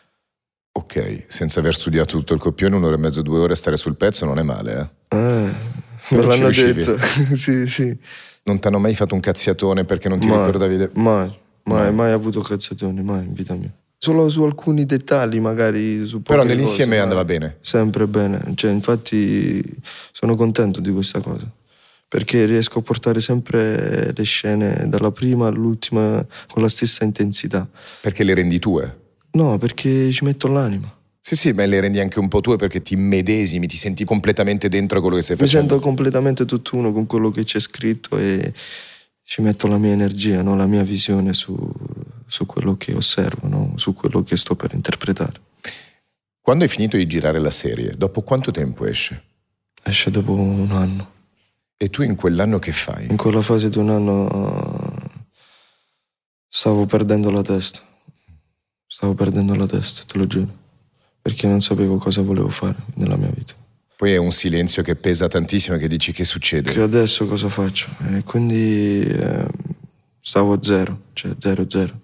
Ok, senza aver studiato tutto il copione, un'ora e mezzo, due ore a stare sul pezzo non è male, eh? Eh, Però me ci l'hanno riuscivi? detto. Sì, sì. Non ti hanno mai fatto un cazziatone perché non ti Mai, ricordavi... de- mai, mai, Mai. mai avuto cazzatoni, mai in vita mia. Solo su alcuni dettagli, magari su Però poche nell'insieme cose, ma andava bene. Sempre bene, cioè infatti sono contento di questa cosa, perché riesco a portare sempre le scene dalla prima all'ultima con la stessa intensità. Perché le rendi tue. No, perché ci metto l'anima. Sì, sì, ma le rendi anche un po' tue perché ti medesimi, ti senti completamente dentro quello che stai Mi facendo. sento completamente tutt'uno con quello che c'è scritto e ci metto la mia energia, no? La mia visione su, su quello che osservo, no? Su quello che sto per interpretare. Quando hai finito di girare la serie, dopo quanto tempo esce? Esce dopo un anno. E tu in quell'anno che fai? In quella fase di un anno uh, stavo perdendo la testa. Stavo perdendo la testa, te lo giuro. Perché non sapevo cosa volevo fare nella mia vita. Poi è un silenzio che pesa tantissimo, che dici che succede. Che adesso cosa faccio? E quindi eh, stavo a zero, cioè zero zero.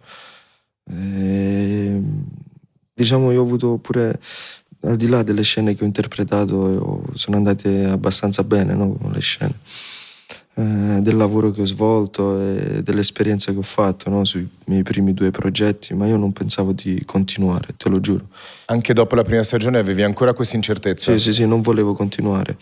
E, diciamo, io ho avuto pure, al di là delle scene che ho interpretato, sono andate abbastanza bene, no? Le scene. Eh, del lavoro che ho svolto e dell'esperienza che ho fatto, no? Sui miei primi due progetti, ma io non pensavo di continuare, te lo giuro. Anche dopo la prima stagione avevi ancora questa incertezza? Sì, sì, sì, non volevo continuare.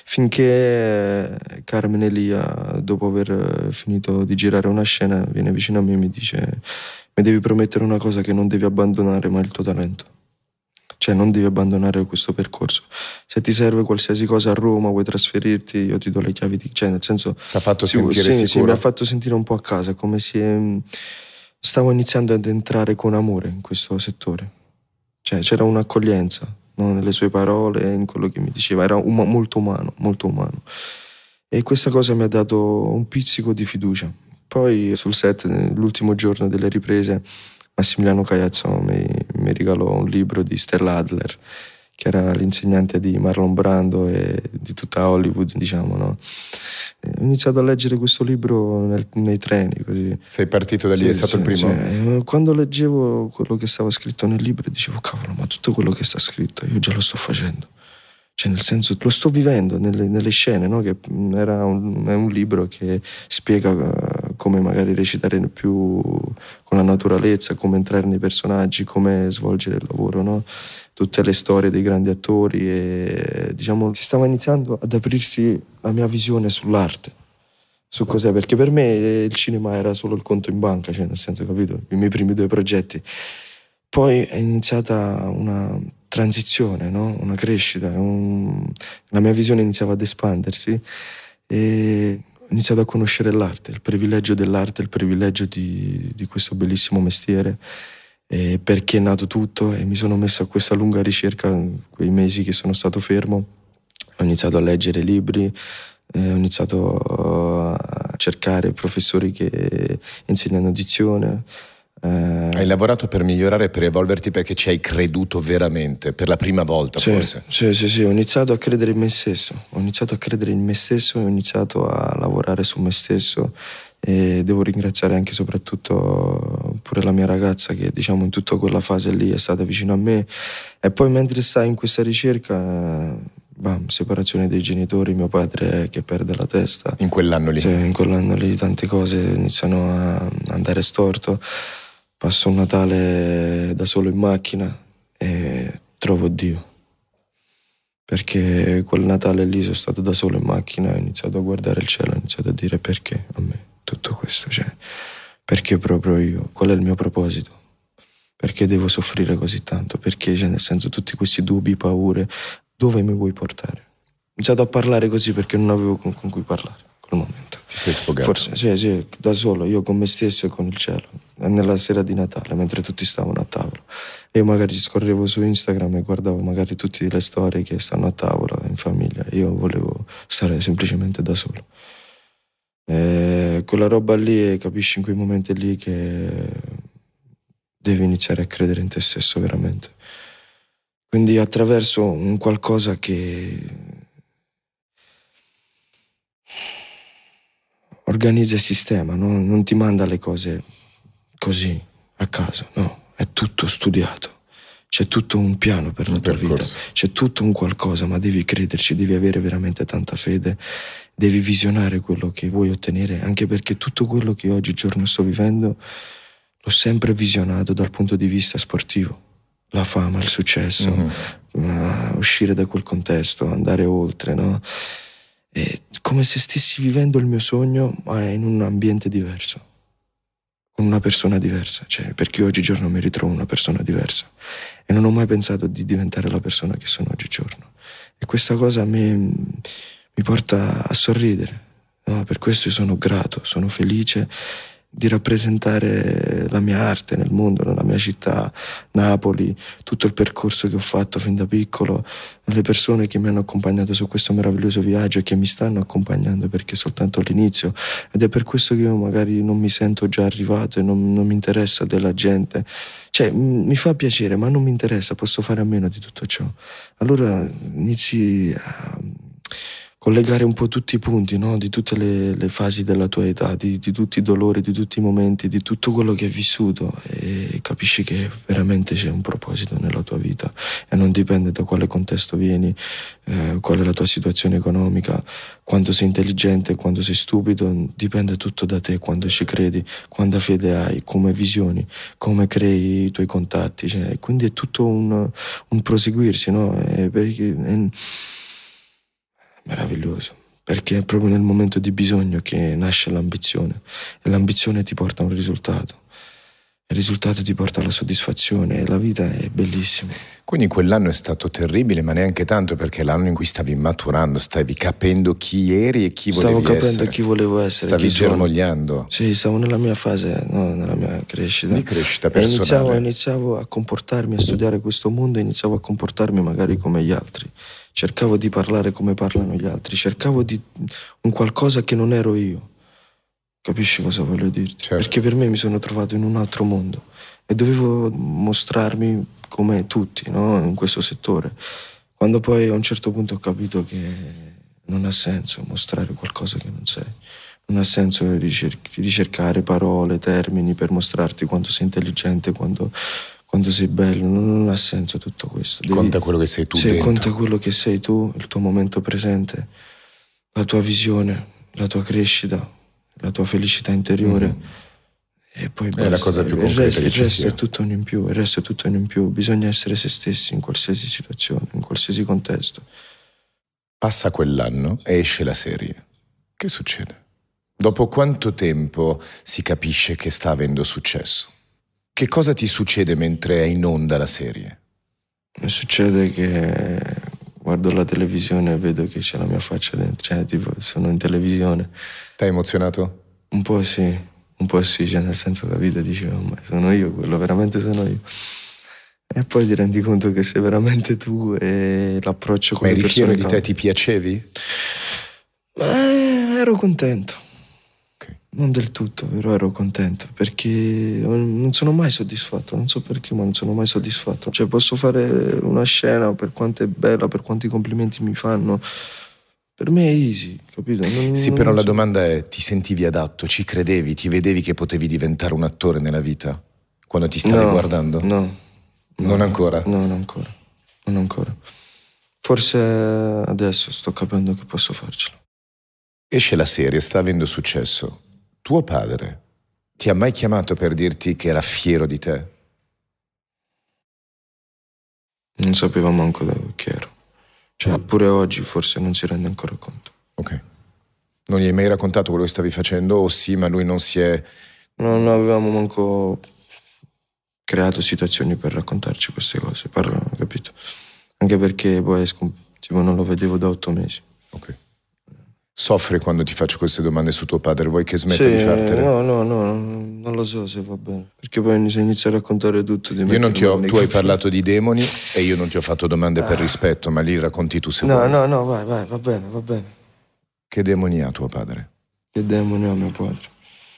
Finché Carmen Elia, dopo aver finito di girare una scena, viene vicino a me e mi dice: mi devi promettere una cosa, che non devi abbandonare mai il tuo talento. Cioè non devi abbandonare questo percorso. Se ti serve qualsiasi cosa a Roma, vuoi trasferirti, io ti do le chiavi di... Cioè nel senso... Ti ha fatto sì, sentire sì, sicuro? Sì, mi ha fatto sentire un po' a casa, come se stavo iniziando ad entrare con amore in questo settore. Cioè c'era un'accoglienza, no? Nelle sue parole, in quello che mi diceva, era um- molto umano, molto umano. E questa cosa mi ha dato un pizzico di fiducia. Poi sul set, l'ultimo giorno delle riprese, Massimiliano Caiazzo mi, mi regalò un libro di Stella Adler, che era l'insegnante di Marlon Brando e di tutta Hollywood, diciamo, no? E ho iniziato a leggere questo libro nel, nei treni, così. Sei partito da lì, sì, è stato sì, il primo? Sì. Quando leggevo quello che stava scritto nel libro dicevo: cavolo, ma tutto quello che sta scritto io già lo sto facendo. Cioè nel senso, lo sto vivendo nelle, nelle scene, no? Che era un, è un libro che spiega come magari recitare più con la naturalezza, come entrare nei personaggi, come svolgere il lavoro, no? Tutte le storie dei grandi attori e, diciamo, si stava iniziando ad aprirsi la mia visione sull'arte, su cos'è, perché per me il cinema era solo il conto in banca, cioè nel senso, capito? I miei primi due progetti. Poi è iniziata una transizione, no? Una crescita, un... la mia visione iniziava ad espandersi e ho iniziato a conoscere l'arte, il privilegio dell'arte, il privilegio di, di questo bellissimo mestiere, e perché è nato tutto, e mi sono messo a questa lunga ricerca, quei mesi che sono stato fermo. Ho iniziato a leggere libri, eh, ho iniziato a cercare professori che insegnano dizione. Eh, hai lavorato per migliorare, per evolverti, perché ci hai creduto veramente per la prima volta, sì, forse? Sì, sì, sì, ho iniziato a credere in me stesso, ho iniziato a credere in me stesso, ho iniziato a lavorare su me stesso, e devo ringraziare anche soprattutto pure la mia ragazza che, diciamo, in tutta quella fase lì è stata vicino a me. E poi mentre stai in questa ricerca, bam, separazione dei genitori, mio padre che perde la testa. In quell'anno lì? Sì, in quell'anno lì tante cose iniziano a andare storto. Passo un Natale da solo in macchina e trovo Dio. Perché quel Natale lì sono stato da solo in macchina, ho iniziato a guardare il cielo, ho iniziato a dire: perché a me tutto questo? Cioè, perché proprio io? Qual è il mio proposito? Perché devo soffrire così tanto? Perché, cioè, nel senso, tutti questi dubbi, paure, dove mi vuoi portare? Ho iniziato a parlare così perché non avevo con, con cui parlare in quel momento. Ti sei sfogato? Forse, sì, sì, da solo, io con me stesso e con il cielo. Nella sera di Natale, mentre tutti stavano a tavola. Io magari scorrevo su Instagram e guardavo magari tutte le storie che stanno a tavola in famiglia. Io volevo stare semplicemente da solo. E quella roba lì, capisci in quei momenti lì che devi iniziare a credere in te stesso veramente. Quindi attraverso un qualcosa che organizza il sistema, no? Non ti manda le cose così a caso, no, è tutto studiato, c'è tutto un piano per la tua vita, c'è tutto un qualcosa, ma devi crederci, devi avere veramente tanta fede, devi visionare quello che vuoi ottenere, anche perché tutto quello che oggigiorno sto vivendo l'ho sempre visionato dal punto di vista sportivo, la fama, il successo, mm-hmm. uh, uscire da quel contesto, andare oltre, no? È come se stessi vivendo il mio sogno, ma in un ambiente diverso, con una persona diversa, cioè, perché oggigiorno mi ritrovo una persona diversa e non ho mai pensato di diventare la persona che sono oggigiorno, e questa cosa a me mi porta a sorridere, no? Per questo io sono grato, sono felice di rappresentare la mia arte nel mondo, la mia città, Napoli, tutto il percorso che ho fatto fin da piccolo, le persone che mi hanno accompagnato su questo meraviglioso viaggio e che mi stanno accompagnando, perché è soltanto l'inizio, ed è per questo che io magari non mi sento già arrivato e non, non mi interessa della gente. Cioè, mi fa piacere, ma non mi interessa, posso fare a meno di tutto ciò. Allora inizi a collegare un po' tutti i punti, no? Di tutte le, le fasi della tua età, di, di tutti i dolori, di tutti i momenti, di tutto quello che hai vissuto, e capisci che veramente c'è un proposito nella tua vita e non dipende da quale contesto vieni, eh, qual è la tua situazione economica, quanto sei intelligente, quanto sei stupido, dipende tutto da te, quando ci credi, quanta fede hai, come visioni, come crei i tuoi contatti, cioè, quindi è tutto un, un proseguirsi, no? E perché, è, meraviglioso, perché è proprio nel momento di bisogno che nasce l'ambizione, e l'ambizione ti porta a un risultato, il risultato ti porta alla soddisfazione, e la vita è bellissima. Quindi quell'anno è stato terribile, ma neanche tanto, perché è l'anno in cui stavi maturando, stavi capendo chi eri e chi volevi essere. Stavo capendo chi volevo essere. Stavi germogliando. Sì, stavo nella mia fase, no, nella mia crescita. Di crescita personale. Iniziavo, iniziavo a comportarmi, a studiare questo mondo, e iniziavo a comportarmi magari come gli altri. Cercavo di parlare come parlano gli altri, cercavo di un qualcosa che non ero io. Capisci cosa voglio dirti? Certo. Perché per me mi sono trovato in un altro mondo e dovevo mostrarmi come tutti, no? In questo settore. Quando poi a un certo punto ho capito che non ha senso mostrare qualcosa che non sei. Non ha senso ricercare parole, termini per mostrarti quanto sei intelligente, quanto... quando sei bello, non ha senso tutto questo. Devi, conta quello che sei tu se dentro. Conta quello che sei tu, il tuo momento presente, la tua visione, la tua crescita, la tua felicità interiore. Mm. E poi è la cosa più concreta il resto, che il ci resto sia. è tutto un in più, il resto è tutto un in più. Bisogna essere se stessi in qualsiasi situazione, in qualsiasi contesto. Passa quell'anno e esce la serie. Che succede? Dopo quanto tempo si capisce che sta avendo successo? Che cosa ti succede mentre è in onda la serie? Mi succede che guardo la televisione e vedo che c'è la mia faccia dentro, cioè tipo sono in televisione. T'hai emozionato? Un po' sì, un po' sì, cioè nel senso la vita dicevo, ma sono io, quello veramente sono io. E poi ti rendi conto che sei veramente tu, e l'approccio con le persone. Ma eri fiero di te, ti piacevi? Ma ero contento. Okay. Non del tutto, però ero contento, perché non sono mai soddisfatto, non so perché, ma non sono mai soddisfatto. Cioè posso fare una scena, per quanto è bella, per quanti complimenti mi fanno, per me è easy, capito? Non, sì, non però la so. domanda è, ti sentivi adatto, ci credevi, ti vedevi che potevi diventare un attore nella vita? Quando ti stavi no, guardando? No, no. Non ancora? No, non ancora, non ancora. Forse adesso sto capendo che posso farcela. Esce la serie, sta avendo successo. Tuo padre ti ha mai chiamato per dirti che era fiero di te? Non sapeva manco che ero. Cioè, pure oggi forse non si rende ancora conto. Ok. Non gli hai mai raccontato quello che stavi facendo? O sì, ma lui non si è... Non avevamo manco creato situazioni per raccontarci queste cose, parlo, capito? Anche perché poi tipo, non lo vedevo da otto mesi. Ok. Soffri quando ti faccio queste domande su tuo padre? Vuoi che smetta sì, di fartele? No, no, no, non lo so se va bene. Perché poi se inizia a raccontare tutto di me. Io non ti ho, tu hai parlato di demoni e io non ti ho fatto domande ah. per rispetto, ma lì racconti tu se no, vuoi. No, no, vai, vai, va bene, va bene. Che demoni ha tuo padre? Che demoni ha mio padre?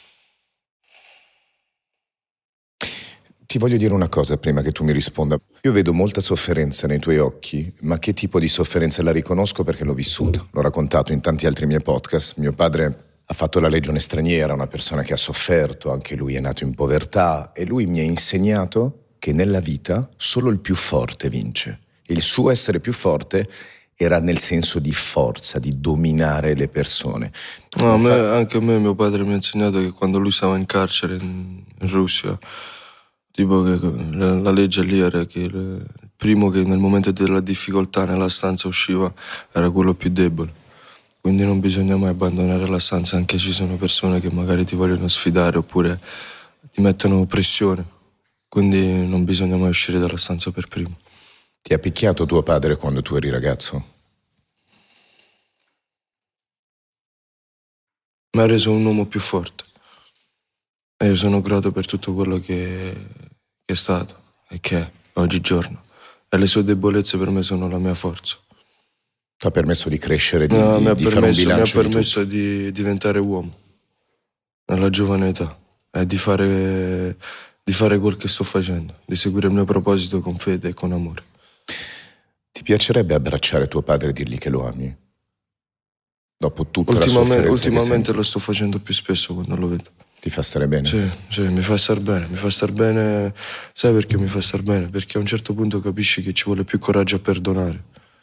Ti voglio dire una cosa prima che tu mi risponda. Io vedo molta sofferenza nei tuoi occhi, ma che tipo di sofferenza? La riconosco perché l'ho vissuta. L'ho raccontato in tanti altri miei podcast. Mio padre ha fatto la legione straniera, una persona che ha sofferto, anche lui è nato in povertà, e lui mi ha insegnato che nella vita solo il più forte vince. Il suo essere più forte era nel senso di forza, di dominare le persone. No, a me, anche a me mio padre mi ha insegnato che quando lui stava in carcere in, in Russia, tipo che la, la legge lì era che il primo che nel momento della difficoltà nella stanza usciva era quello più debole. Quindi non bisogna mai abbandonare la stanza, anche ci sono persone che magari ti vogliono sfidare oppure ti mettono pressione. Quindi non bisogna mai uscire dalla stanza per primo. Ti ha picchiato tuo padre quando tu eri ragazzo? Mi ha reso un uomo più forte. io sono grato per tutto quello che, che è stato e che è oggigiorno. E le sue debolezze per me sono la mia forza. Ti ha permesso di crescere, di, No, di, mi ha di fare un permesso, mi ha bilancio permesso di diventare uomo nella giovane età e di fare, di fare quel che sto facendo, di seguire il mio proposito con fede e con amore. Ti piacerebbe abbracciare tuo padre e dirgli che lo ami? Dopo tutta la Ultimamente, sofferenza ultimamente che lo sto facendo più spesso quando lo vedo. ti fa stare bene? Sì, sì, mi fa star bene, mi fa star bene. Sai perché mi fa star bene? Perché a un certo punto capisci che ci vuole più coraggio a perdonare.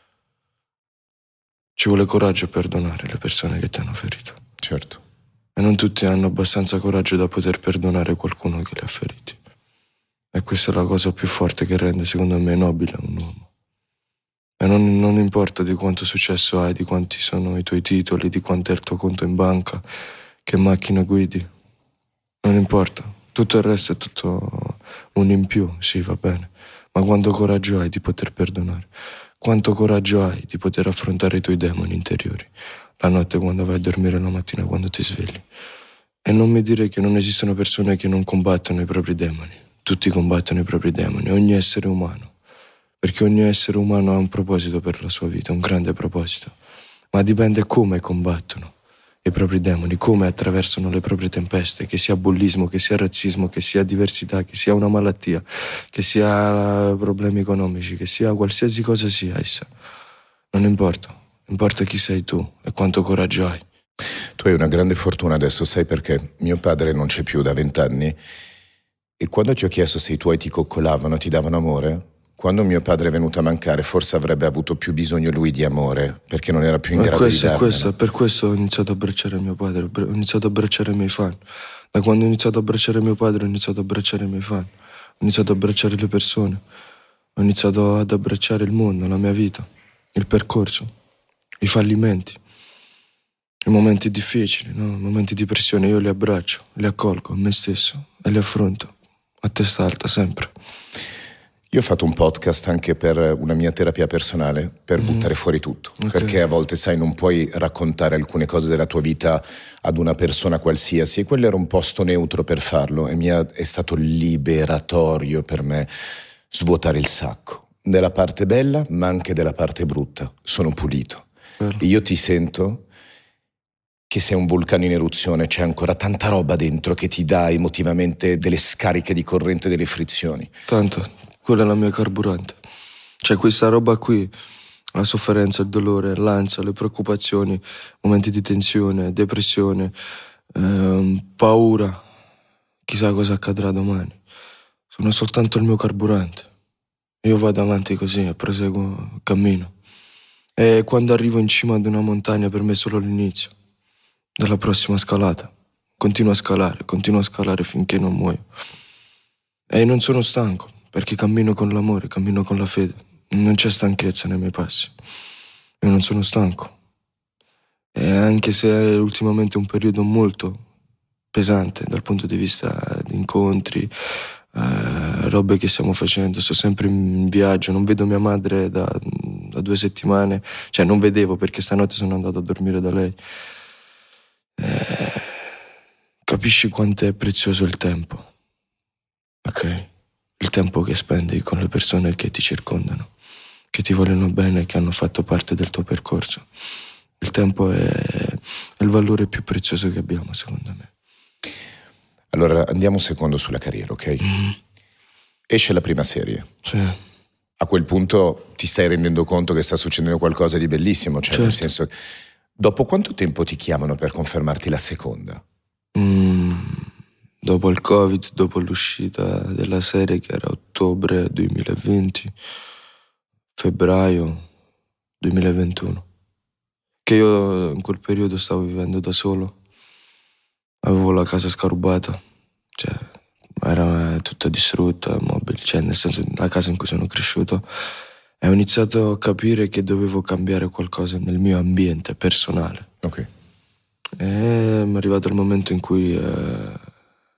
Ci vuole coraggio a perdonare le persone che ti hanno ferito. Certo. E non tutti hanno abbastanza coraggio da poter perdonare qualcuno che li ha feriti. E questa è la cosa più forte che rende, secondo me, nobile un uomo. E non, non importa di quanto successo hai, di quanti sono i tuoi titoli, di quanto è il tuo conto in banca, che macchina guidi. Non importa. Tutto il resto è tutto un in più, sì, va bene. Ma quanto coraggio hai di poter perdonare? Quanto coraggio hai di poter affrontare i tuoi demoni interiori? La notte quando vai a dormire, la mattina quando ti svegli. E non mi dire che non esistono persone che non combattono i propri demoni. Tutti combattono i propri demoni, ogni essere umano. Perché ogni essere umano ha un proposito per la sua vita, un grande proposito. Ma dipende come combattono i propri demoni, come attraversano le proprie tempeste, che sia bullismo, che sia razzismo, che sia diversità, che sia una malattia, che sia problemi economici, che sia qualsiasi cosa sia essa. Non importa, importa chi sei tu e quanto coraggio hai. Tu hai una grande fortuna adesso, sai perché? Mio padre non c'è più da vent'anni e quando ti ho chiesto se i tuoi ti coccolavano, ti davano amore, quando mio padre è venuto a mancare forse avrebbe avuto più bisogno lui di amore, perché non era più in grado questo, di darmelo. Questo, per questo ho iniziato a abbracciare mio padre, ho iniziato a abbracciare i miei fan. Da quando ho iniziato a abbracciare mio padre ho iniziato a abbracciare i miei fan, ho iniziato ad abbracciare le persone, ho iniziato ad abbracciare il mondo, la mia vita, il percorso, i fallimenti, i momenti difficili, no? I momenti di pressione, io li abbraccio, li accolgo a me stesso e li affronto a testa alta sempre. Io ho fatto un podcast anche per una mia terapia personale, per mm. buttare fuori tutto, okay. Perché a volte, sai, non puoi raccontare alcune cose della tua vita ad una persona qualsiasi, e quello era un posto neutro per farlo, e mi ha, è stato liberatorio per me svuotare il sacco, della parte bella ma anche della parte brutta. Sono pulito. Bello. Io ti sento che sei un vulcano in eruzione, c'è ancora tanta roba dentro che ti dà emotivamente delle scariche di corrente, delle frizioni. Tanto. Quella è la mia carburante. C'è questa roba qui, la sofferenza, il dolore, l'ansia, le preoccupazioni, momenti di tensione, depressione, ehm, paura. Chissà cosa accadrà domani. Sono soltanto il mio carburante. Io vado avanti così e proseguo, cammino. E quando arrivo in cima ad una montagna per me è solo l'inizio della prossima scalata. Continuo a scalare, continuo a scalare finché non muoio. E non sono stanco. Perché cammino con l'amore, cammino con la fede. Non c'è stanchezza nei miei passi. Io non sono stanco. E anche se è ultimamente un periodo molto pesante dal punto di vista di incontri, eh, robe che stiamo facendo, sto sempre in viaggio, non vedo mia madre da, da due settimane, cioè non vedevo perché stanotte sono andato a dormire da lei. Eh, capisci quanto è prezioso il tempo, ok? Il tempo che spendi con le persone che ti circondano, che ti vogliono bene e che hanno fatto parte del tuo percorso. Il tempo è, è il valore più prezioso che abbiamo, secondo me. Allora andiamo un secondo sulla carriera, ok? Mm. Esce la prima serie. Sì. A quel punto ti stai rendendo conto che sta succedendo qualcosa di bellissimo, cioè certo. Nel senso, dopo quanto tempo ti chiamano per confermarti la seconda? Mm. Dopo il Covid, dopo l'uscita della serie che era ottobre duemilaventi, febbraio duemilaventuno, che io in quel periodo stavo vivendo da solo, avevo la casa scarubata, cioè era tutta distrutta, mobili, cioè nel senso la casa in cui sono cresciuto, e ho iniziato a capire che dovevo cambiare qualcosa nel mio ambiente personale. Ok. E mi è arrivato il momento in cui... Eh,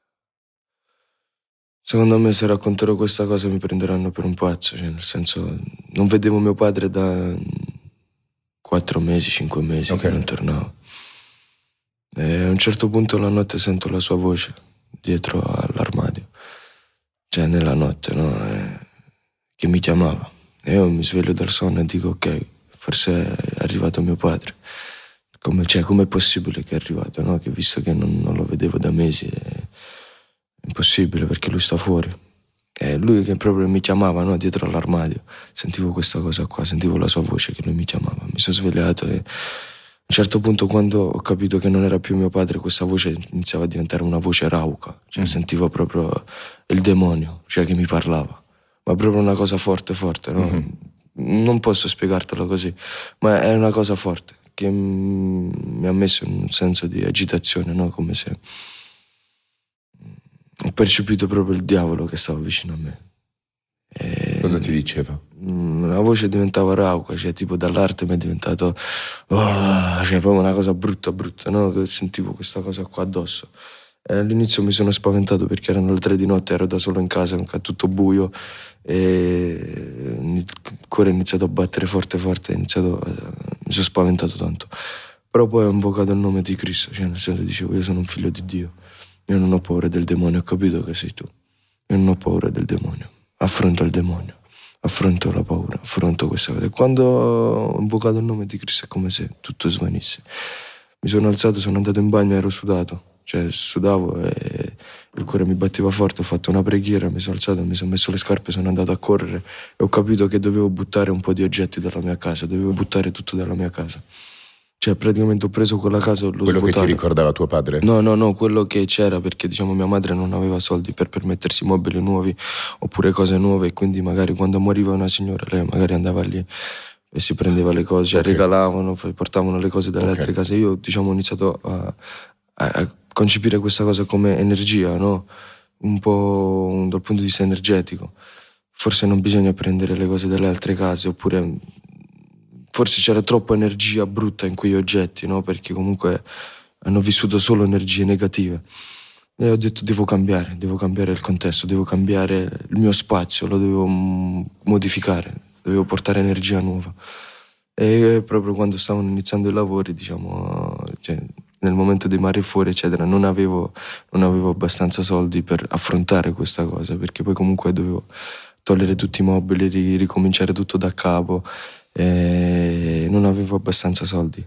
Secondo me se racconterò questa cosa mi prenderanno per un pazzo, cioè nel senso non vedevo mio padre da quattro mesi, cinque mesi okay. Che non tornavo. E a un certo punto la notte sento la sua voce dietro all'armadio, cioè nella notte, no? E, che mi chiamava. E io mi sveglio dal sonno e dico ok, forse è arrivato mio padre. Come, cioè, com'è possibile che è arrivato, no? Che visto che non, non lo vedevo da mesi, è impossibile perché lui sta fuori. E lui che proprio mi chiamava, no? Dietro all'armadio. Sentivo questa cosa qua, sentivo la sua voce che lui mi chiamava. Mi sono svegliato e a un certo punto, quando ho capito che non era più mio padre, questa voce iniziava a diventare una voce rauca. Cioè mm. sentivo proprio il demonio, cioè che mi parlava. Ma proprio una cosa forte, forte, no? Mm-hmm. Non posso spiegartelo così, ma è una cosa forte che mi ha messo in un senso di agitazione, no? Come se ho percepito proprio il diavolo che stava vicino a me. E cosa ti diceva? La voce diventava rauca, cioè tipo dall'arte mi è diventato oh, cioè proprio una cosa brutta brutta, no? Che sentivo questa cosa qua addosso. E all'inizio mi sono spaventato perché erano le tre di notte, ero da solo in casa, tutto buio, e il cuore è iniziato a battere forte forte, è iniziato a... mi sono spaventato tanto. Però poi ho invocato il nome di Cristo, cioè nel senso dicevo io sono un figlio di Dio, io non ho paura del demonio, ho capito che sei tu, io non ho paura del demonio, affronto il demonio, affronto la paura, affronto questa cosa. E quando ho invocato il nome di Cristo è come se tutto svanisse. Mi sono alzato, sono andato in bagno, ero sudato, cioè sudavo e il cuore mi batteva forte, ho fatto una preghiera, mi sono alzato, mi sono messo le scarpe, sono andato a correre e ho capito che dovevo buttare un po' di oggetti dalla mia casa, dovevo buttare tutto dalla mia casa. Cioè praticamente ho preso quella casa, l'ho quello svuotata. Che ti ricordava tuo padre? No, no, no, quello che c'era, perché diciamo mia madre non aveva soldi per permettersi mobili nuovi oppure cose nuove, e quindi magari quando moriva una signora lei magari andava lì e si prendeva le cose, cioè okay. regalavano, portavano le cose dalle okay. altre case. Io diciamo ho iniziato a, a, a concepire questa cosa come energia, no? Un po' dal punto di vista energetico. Forse non bisogna prendere le cose dalle altre case, oppure forse c'era troppa energia brutta in quegli oggetti, no? Perché comunque hanno vissuto solo energie negative. E ho detto devo cambiare, devo cambiare il contesto, devo cambiare il mio spazio, lo devo modificare, dovevo portare energia nuova. E proprio quando stavano iniziando i lavori, diciamo, cioè, nel momento dei mari fuori, eccetera, non avevo, non avevo abbastanza soldi per affrontare questa cosa, perché poi comunque dovevo togliere tutti i mobili, ricominciare tutto da capo. E non avevo abbastanza soldi.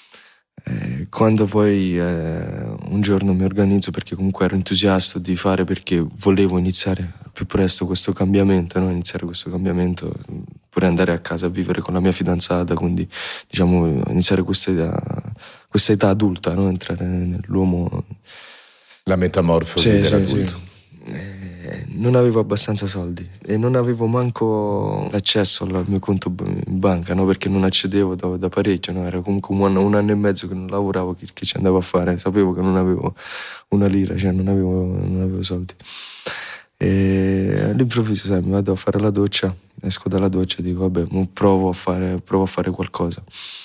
E quando poi eh, un giorno mi organizzo, perché comunque ero entusiasta di fare, perché volevo iniziare più presto questo cambiamento, no? Iniziare questo cambiamento, pure andare a casa a vivere con la mia fidanzata, quindi diciamo iniziare questa età, questa età adulta, no? Entrare nell'uomo, la metamorfosi sì, dell'adulto. Sì, sì. Non avevo abbastanza soldi e non avevo manco l'accesso al mio conto in banca, no? Perché non accedevo da, da parecchio, no? Era comunque un anno, un anno e mezzo che non lavoravo, che, che ci andavo a fare, sapevo che non avevo una lira, cioè non avevo, non avevo soldi. E all'improvviso, sai, mi vado a fare la doccia, esco dalla doccia e dico vabbè, provo a fare, provo a fare qualcosa.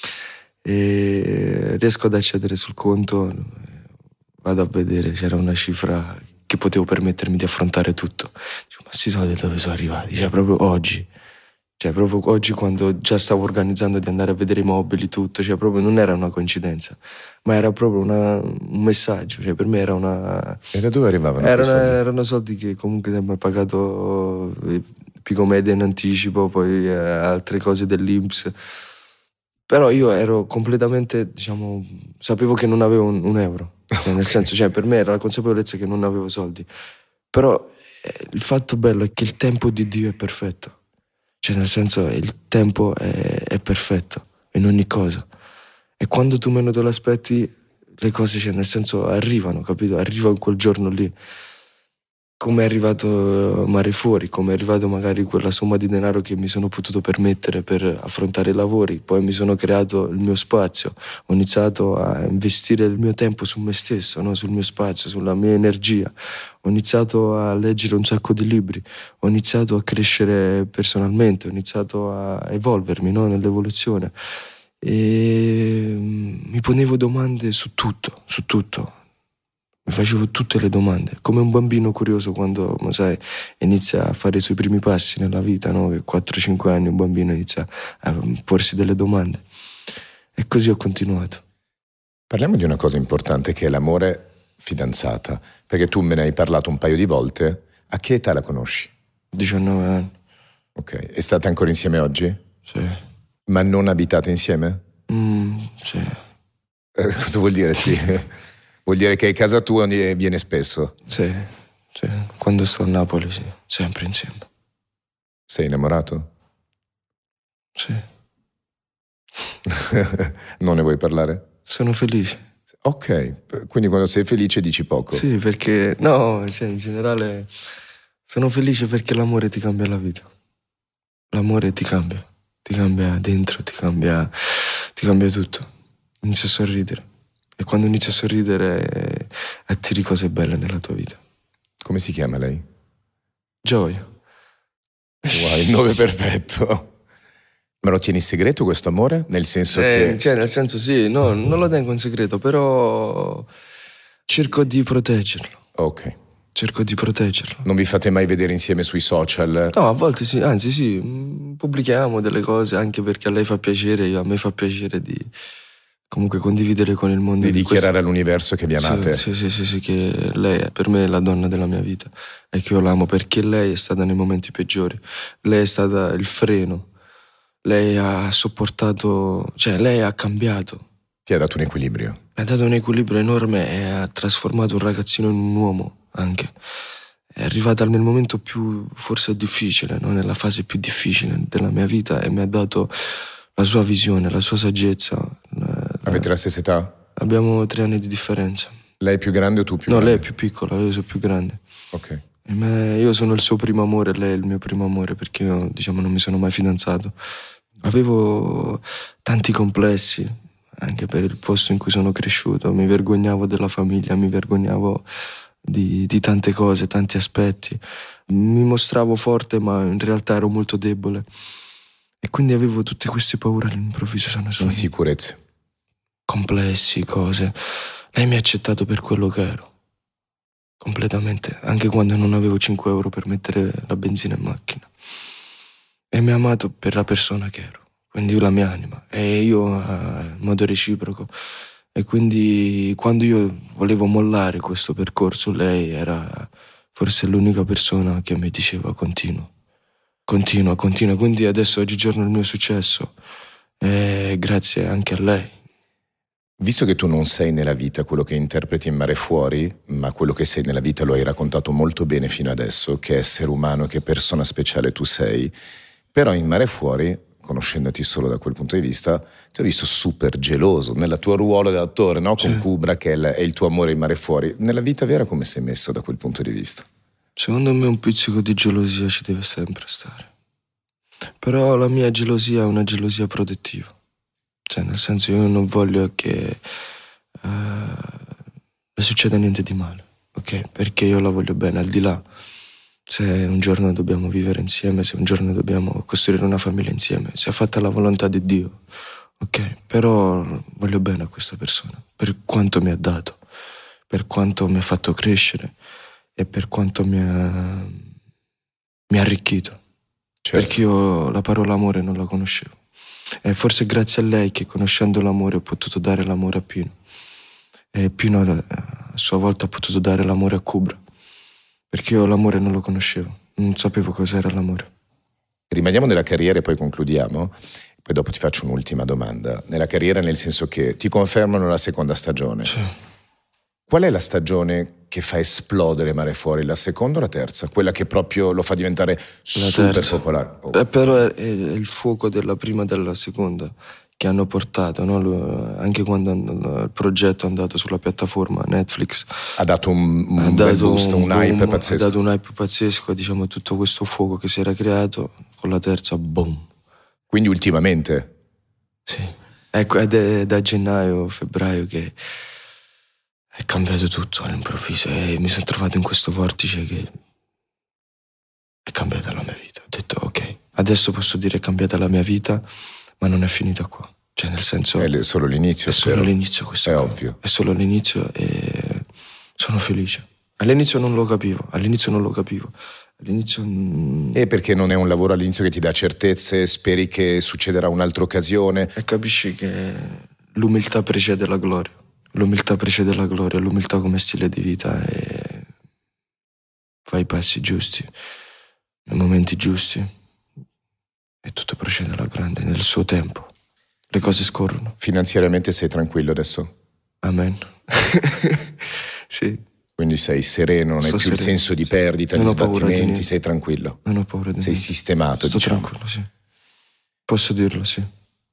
E riesco ad accedere sul conto, vado a vedere, c'era una cifra che potevo permettermi di affrontare tutto. Dico, ma questi soldi dove sono arrivati? Cioè proprio oggi, cioè proprio oggi, quando già stavo organizzando di andare a vedere i mobili, tutto, cioè proprio non era una coincidenza, ma era proprio una, un messaggio, cioè per me era una... E da dove arrivavano erano, soldi? Erano soldi che comunque sempre ho pagato Pico Media in anticipo, poi eh, altre cose dell'I N P S. Però io ero completamente, diciamo, sapevo che non avevo un, un euro. Cioè, nel okay. senso, cioè, per me era la consapevolezza che non avevo soldi. Però eh, il fatto bello è che il tempo di Dio è perfetto. Cioè, nel senso, il tempo è, è perfetto in ogni cosa. E quando tu meno te lo aspetti, le cose, cioè, nel senso, arrivano, capito? Arrivano quel giorno lì. Come è arrivato Mare Fuori, come è arrivato magari quella somma di denaro che mi sono potuto permettere per affrontare i lavori. Poi mi sono creato il mio spazio, ho iniziato a investire il mio tempo su me stesso, no? Sul mio spazio, sulla mia energia. Ho iniziato a leggere un sacco di libri, ho iniziato a crescere personalmente, ho iniziato a evolvermi, no? Nell'evoluzione. E mi ponevo domande su tutto, su tutto. Mi facevo tutte le domande, come un bambino curioso quando, sai, inizia a fare i suoi primi passi nella vita, no? Che quattro cinque anni un bambino inizia a porsi delle domande. E così ho continuato. Parliamo di una cosa importante, che è l'amore fidanzata? Perché tu me ne hai parlato un paio di volte. A che età la conosci? diciannove anni. Ok, e state ancora insieme oggi? Sì. Ma non abitate insieme? Mm, sì. Eh, cosa vuol dire sì? Vuol dire che è casa tua e viene spesso? Sì, sì. Quando sto a Napoli, sì. Sempre insieme. Sei innamorato? Sì. Non ne vuoi parlare? Sono felice. Ok, quindi quando sei felice dici poco. Sì, perché... No, cioè, in generale sono felice perché l'amore ti cambia la vita. L'amore ti cambia. Ti cambia dentro, ti cambia... Ti cambia tutto. Inizi a sorridere. E quando inizi a sorridere eh, attiri cose belle nella tua vita. Come si chiama lei? Gioia. Wow, il nome perfetto. Me lo tieni segreto questo amore? Nel senso Eh, che... Cioè, nel senso sì, no, non lo tengo in segreto, però cerco di proteggerlo. Ok. Cerco di proteggerlo. Non vi fate mai vedere insieme sui social? No, a volte sì, anzi sì, mh, pubblichiamo delle cose anche perché a lei fa piacere, io- a me fa piacere di comunque condividere con il mondo. Di dichiarare questo. all'universo che vi amate? Sì, sì, sì, sì, che lei è, per me è la donna della mia vita e che io l'amo perché lei è stata nei momenti peggiori. Lei è stata il freno. Lei ha sopportato, cioè lei ha cambiato. Ti ha dato un equilibrio. Mi ha dato un equilibrio enorme e ha trasformato un ragazzino in un uomo anche. È arrivata nel momento più forse difficile, no? Nella fase più difficile della mia vita e mi ha dato la sua visione, la sua saggezza. Avete la stessa età? Abbiamo tre anni di differenza. Lei è più grande o tu più no, grande? lei è più piccola, io sono più grande. Ok. E me- io sono il suo primo amore, lei è il mio primo amore perché io, diciamo, non mi sono mai fidanzato. Avevo tanti complessi, anche per il posto in cui sono cresciuto. Mi vergognavo della famiglia, mi vergognavo di, di tante cose, tanti aspetti. Mi mostravo forte, ma in realtà ero molto debole. E quindi avevo tutte queste paure all'improvviso. Sono svanite. Insicurezze. Complessi, cose. Lei mi ha accettato per quello che ero. Completamente. Anche quando non avevo cinque euro per mettere la benzina in macchina. E mi ha amato per la persona che ero, quindi la mia anima, e io in modo reciproco. E quindi quando io volevo mollare questo percorso, lei era forse l'unica persona che mi diceva continua, continua, continua. Quindi adesso oggigiorno il mio successo è grazie anche a lei. Visto che tu non sei nella vita quello che interpreti in Mare Fuori, ma quello che sei nella vita lo hai raccontato molto bene fino adesso, che essere umano, che persona speciale tu sei. Però in Mare Fuori, conoscendoti solo da quel punto di vista, ti ho visto super geloso nel tuo ruolo da attore, no? Con Sì. Cubra, che è il, è il tuo amore in Mare Fuori. Nella vita vera come sei messo da quel punto di vista? Secondo me un pizzico di gelosia ci deve sempre stare. Però la mia gelosia è una gelosia protettiva. Cioè, nel senso, io non voglio che uh, le succeda niente di male, ok? Perché io la voglio bene, al di là. Se un giorno dobbiamo vivere insieme, se un giorno dobbiamo costruire una famiglia insieme, se è fatta la volontà di Dio, ok? Però voglio bene a questa persona, per quanto mi ha dato, per quanto mi ha fatto crescere e per quanto mi ha, mi ha arricchito. Certo. Perché io la parola amore non la conoscevo. E forse è grazie a lei che conoscendo l'amore ho potuto dare l'amore a Pino. E Pino a sua volta ha potuto dare l'amore a Cubra. Perché io l'amore non lo conoscevo, non sapevo cos'era l'amore. Rimaniamo nella carriera e poi concludiamo. Poi dopo ti faccio un'ultima domanda. Nella carriera nel senso che ti confermano la seconda stagione. Sì. Qual è la stagione che fa esplodere Mare Fuori? La seconda o la terza? Quella che proprio lo fa diventare super terza. popolare? Oh. Eh, però è, è il fuoco della prima e della seconda che hanno portato, no? Lo- anche quando il progetto è andato sulla piattaforma Netflix. Ha dato un, un ha bel dato boost, un, un hype boom, pazzesco. Ha dato un hype pazzesco, diciamo, tutto questo fuoco che si era creato, con la terza, boom. Quindi ultimamente? Sì. Ecco, ed è da gennaio, febbraio che è cambiato tutto all'improvviso e mi sono trovato in questo vortice che è cambiata la mia vita. Ho detto, ok, adesso posso dire è cambiata la mia vita, ma non è finita qua. Cioè, nel senso... È le- solo l'inizio, È solo spero. l'inizio questo È qua. ovvio. È solo l'inizio e sono felice. All'inizio non lo capivo, all'inizio non lo capivo. All'inizio... mm, E perché non è un lavoro all'inizio che ti dà certezze, speri che succederà un'altra occasione. E capisci che l'umiltà precede la gloria. L'umiltà precede la gloria, l'umiltà come stile di vita e fai i passi giusti, nei momenti giusti e tutto procede alla grande, nel suo tempo. Le cose scorrono. Finanziariamente sei tranquillo adesso? Amen. Sì. Quindi sei sereno, non Sto hai più sereno, il senso di sì. perdita, Non di ho paura di sbattimenti, niente. sei tranquillo. Non ho paura di Sei niente. sistemato, Sto diciamo. tranquillo, sì. Posso dirlo, sì.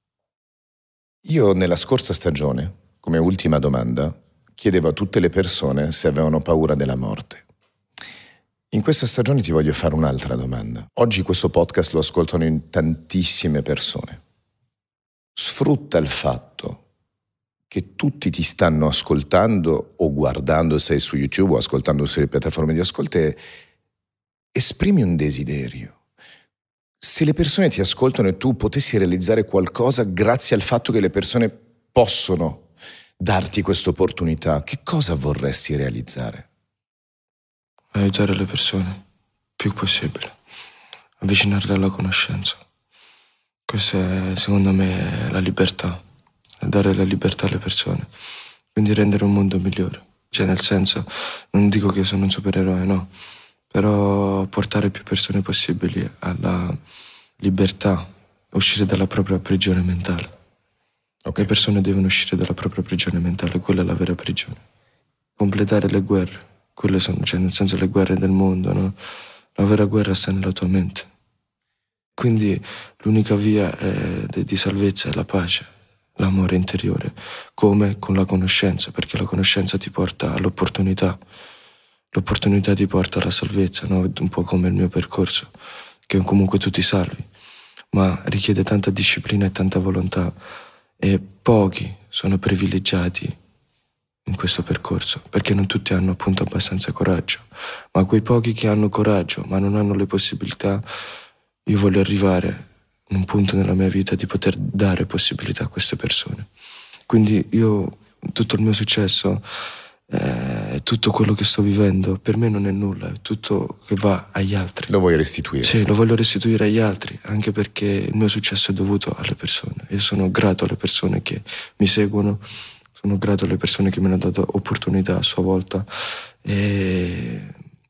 Io nella scorsa stagione, come ultima domanda, chiedevo a tutte le persone se avevano paura della morte. In questa stagione ti voglio fare un'altra domanda. Oggi questo podcast lo ascoltano in tantissime persone. Sfrutta il fatto che tutti ti stanno ascoltando o guardando, sei su YouTube o ascoltando sulle piattaforme di ascolto, e esprimi un desiderio. Se le persone ti ascoltano e tu potessi realizzare qualcosa grazie al fatto che le persone possono darti questa opportunità, che cosa vorresti realizzare? Aiutare le persone più possibile, avvicinarle alla conoscenza. Questa è, secondo me, la libertà, dare la libertà alle persone, quindi rendere un mondo migliore. Cioè, nel senso, non dico che sono un supereroe, no, però portare più persone possibili alla libertà, uscire dalla propria prigione mentale. Okay. Le persone devono uscire dalla propria prigione mentale, quella è la vera prigione. Completare le guerre, quelle sono, cioè nel senso le guerre del mondo, no? La vera guerra sta nella tua mente. Quindi l'unica via è di salvezza è la pace, l'amore interiore, come con la conoscenza, perché la conoscenza ti porta all'opportunità. L'opportunità ti porta alla salvezza, no? Un po' come il mio percorso, che comunque tu ti salvi, ma richiede tanta disciplina e tanta volontà, e pochi sono privilegiati in questo percorso, perché non tutti hanno appunto abbastanza coraggio, ma quei pochi che hanno coraggio ma non hanno le possibilità, io voglio arrivare in un punto nella mia vita di poter dare possibilità a queste persone. Quindi io, tutto il mio successo, eh, tutto quello che sto vivendo, per me non è nulla, è tutto che va agli altri. Lo vuoi restituire? Sì, lo voglio restituire agli altri, anche perché il mio successo è dovuto alle persone. Io sono grato alle persone che mi seguono, sono grato alle persone che mi hanno dato opportunità a sua volta, e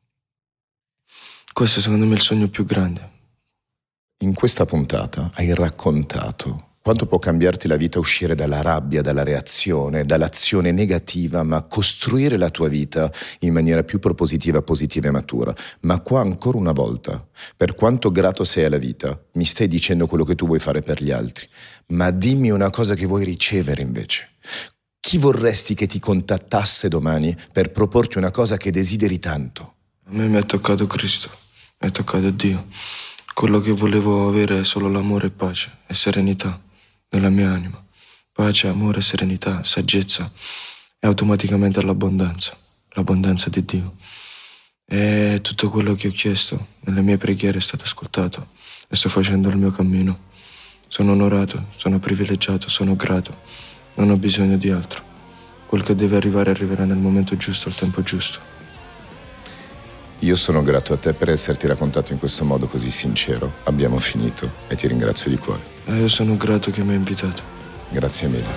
questo secondo me è il sogno più grande. In questa puntata hai raccontato quanto può cambiarti la vita uscire dalla rabbia, dalla reazione, dall'azione negativa, ma costruire la tua vita in maniera più propositiva, positiva e matura. Ma qua ancora una volta, per quanto grato sei alla vita, mi stai dicendo quello che tu vuoi fare per gli altri. Ma dimmi una cosa che vuoi ricevere invece. Chi vorresti che ti contattasse domani per proporti una cosa che desideri tanto? A me mi ha toccato Cristo, mi ha toccato Dio. Quello che volevo avere è solo l'amore e pace e serenità nella mia anima. Pace, amore, serenità, saggezza e automaticamente l'abbondanza, l'abbondanza di Dio. E tutto quello che ho chiesto nelle mie preghiere è stato ascoltato e sto facendo il mio cammino. Sono onorato, sono privilegiato, sono grato, non ho bisogno di altro. Quel che deve arrivare arriverà nel momento giusto, al tempo giusto. Io sono grato a te per esserti raccontato in questo modo così sincero. Abbiamo finito e ti ringrazio di cuore. E io sono grato che mi hai invitato. Grazie mille.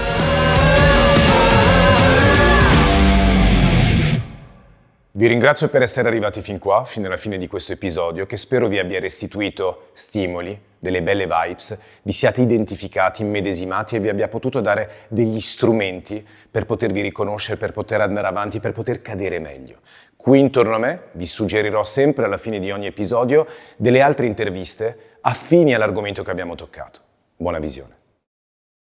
Vi ringrazio per essere arrivati fin qua, fino alla fine di questo episodio, che spero vi abbia restituito stimoli, delle belle vibes, vi siate identificati, immedesimati e vi abbia potuto dare degli strumenti per potervi riconoscere, per poter andare avanti, per poter cadere meglio. Qui intorno a me vi suggerirò sempre alla fine di ogni episodio delle altre interviste affini all'argomento che abbiamo toccato. Buona visione.